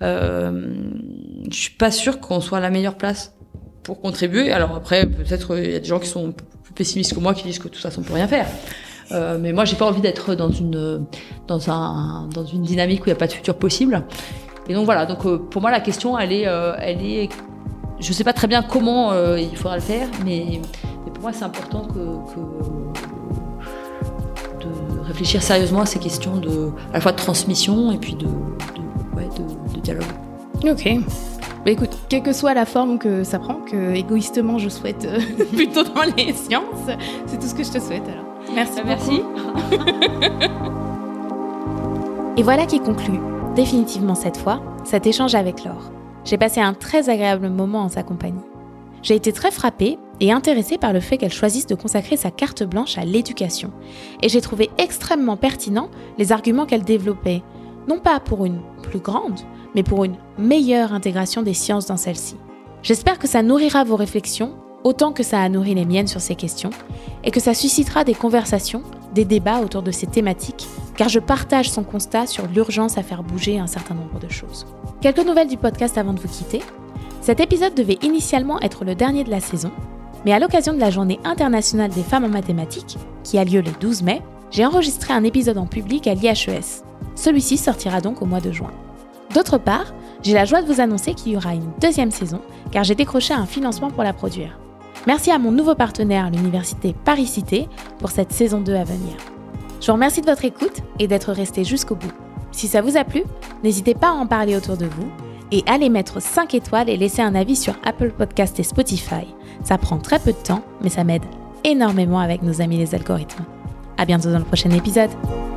Je suis pas sûre qu'on soit à la meilleure place pour contribuer. Alors après, peut-être il y a des gens qui sont plus pessimistes que moi qui disent que de toute façon on peut rien faire. Mais moi j'ai pas envie d'être dans une dynamique où il y a pas de futur possible. Et donc voilà. Donc pour moi la question elle est, je sais pas très bien comment il faudra le faire, mais pour moi c'est important de réfléchir sérieusement à ces questions à la fois de transmission et puis de dialogue. Ok. Écoute, quelle que soit la forme que ça prend, que égoïstement je souhaite plutôt dans les sciences, c'est tout ce que je te souhaite alors. Merci. Merci. Et voilà qui conclut, définitivement cette fois, cet échange avec Laure. J'ai passé un très agréable moment en sa compagnie. J'ai été très frappée et intéressée par le fait qu'elle choisisse de consacrer sa carte blanche à l'éducation. Et j'ai trouvé extrêmement pertinent les arguments qu'elle développait, non pas pour une plus grande, mais pour une meilleure intégration des sciences dans celle-ci. J'espère que ça nourrira vos réflexions, autant que ça a nourri les miennes sur ces questions, et que ça suscitera des conversations, des débats autour de ces thématiques, car je partage son constat sur l'urgence à faire bouger un certain nombre de choses. Quelques nouvelles du podcast avant de vous quitter. Cet épisode devait initialement être le dernier de la saison, mais à l'occasion de la Journée internationale des femmes en mathématiques, qui a lieu le 12 mai, j'ai enregistré un épisode en public à l'IHES. Celui-ci sortira donc au mois de juin. D'autre part, j'ai la joie de vous annoncer qu'il y aura une deuxième saison, car j'ai décroché un financement pour la produire. Merci à mon nouveau partenaire, l'Université Paris-Cité, pour cette saison 2 à venir. Je vous remercie de votre écoute et d'être resté jusqu'au bout. Si ça vous a plu, n'hésitez pas à en parler autour de vous et allez mettre 5 étoiles et laisser un avis sur Apple Podcast et Spotify. Ça prend très peu de temps, mais ça m'aide énormément avec nos amis les algorithmes. À bientôt dans le prochain épisode.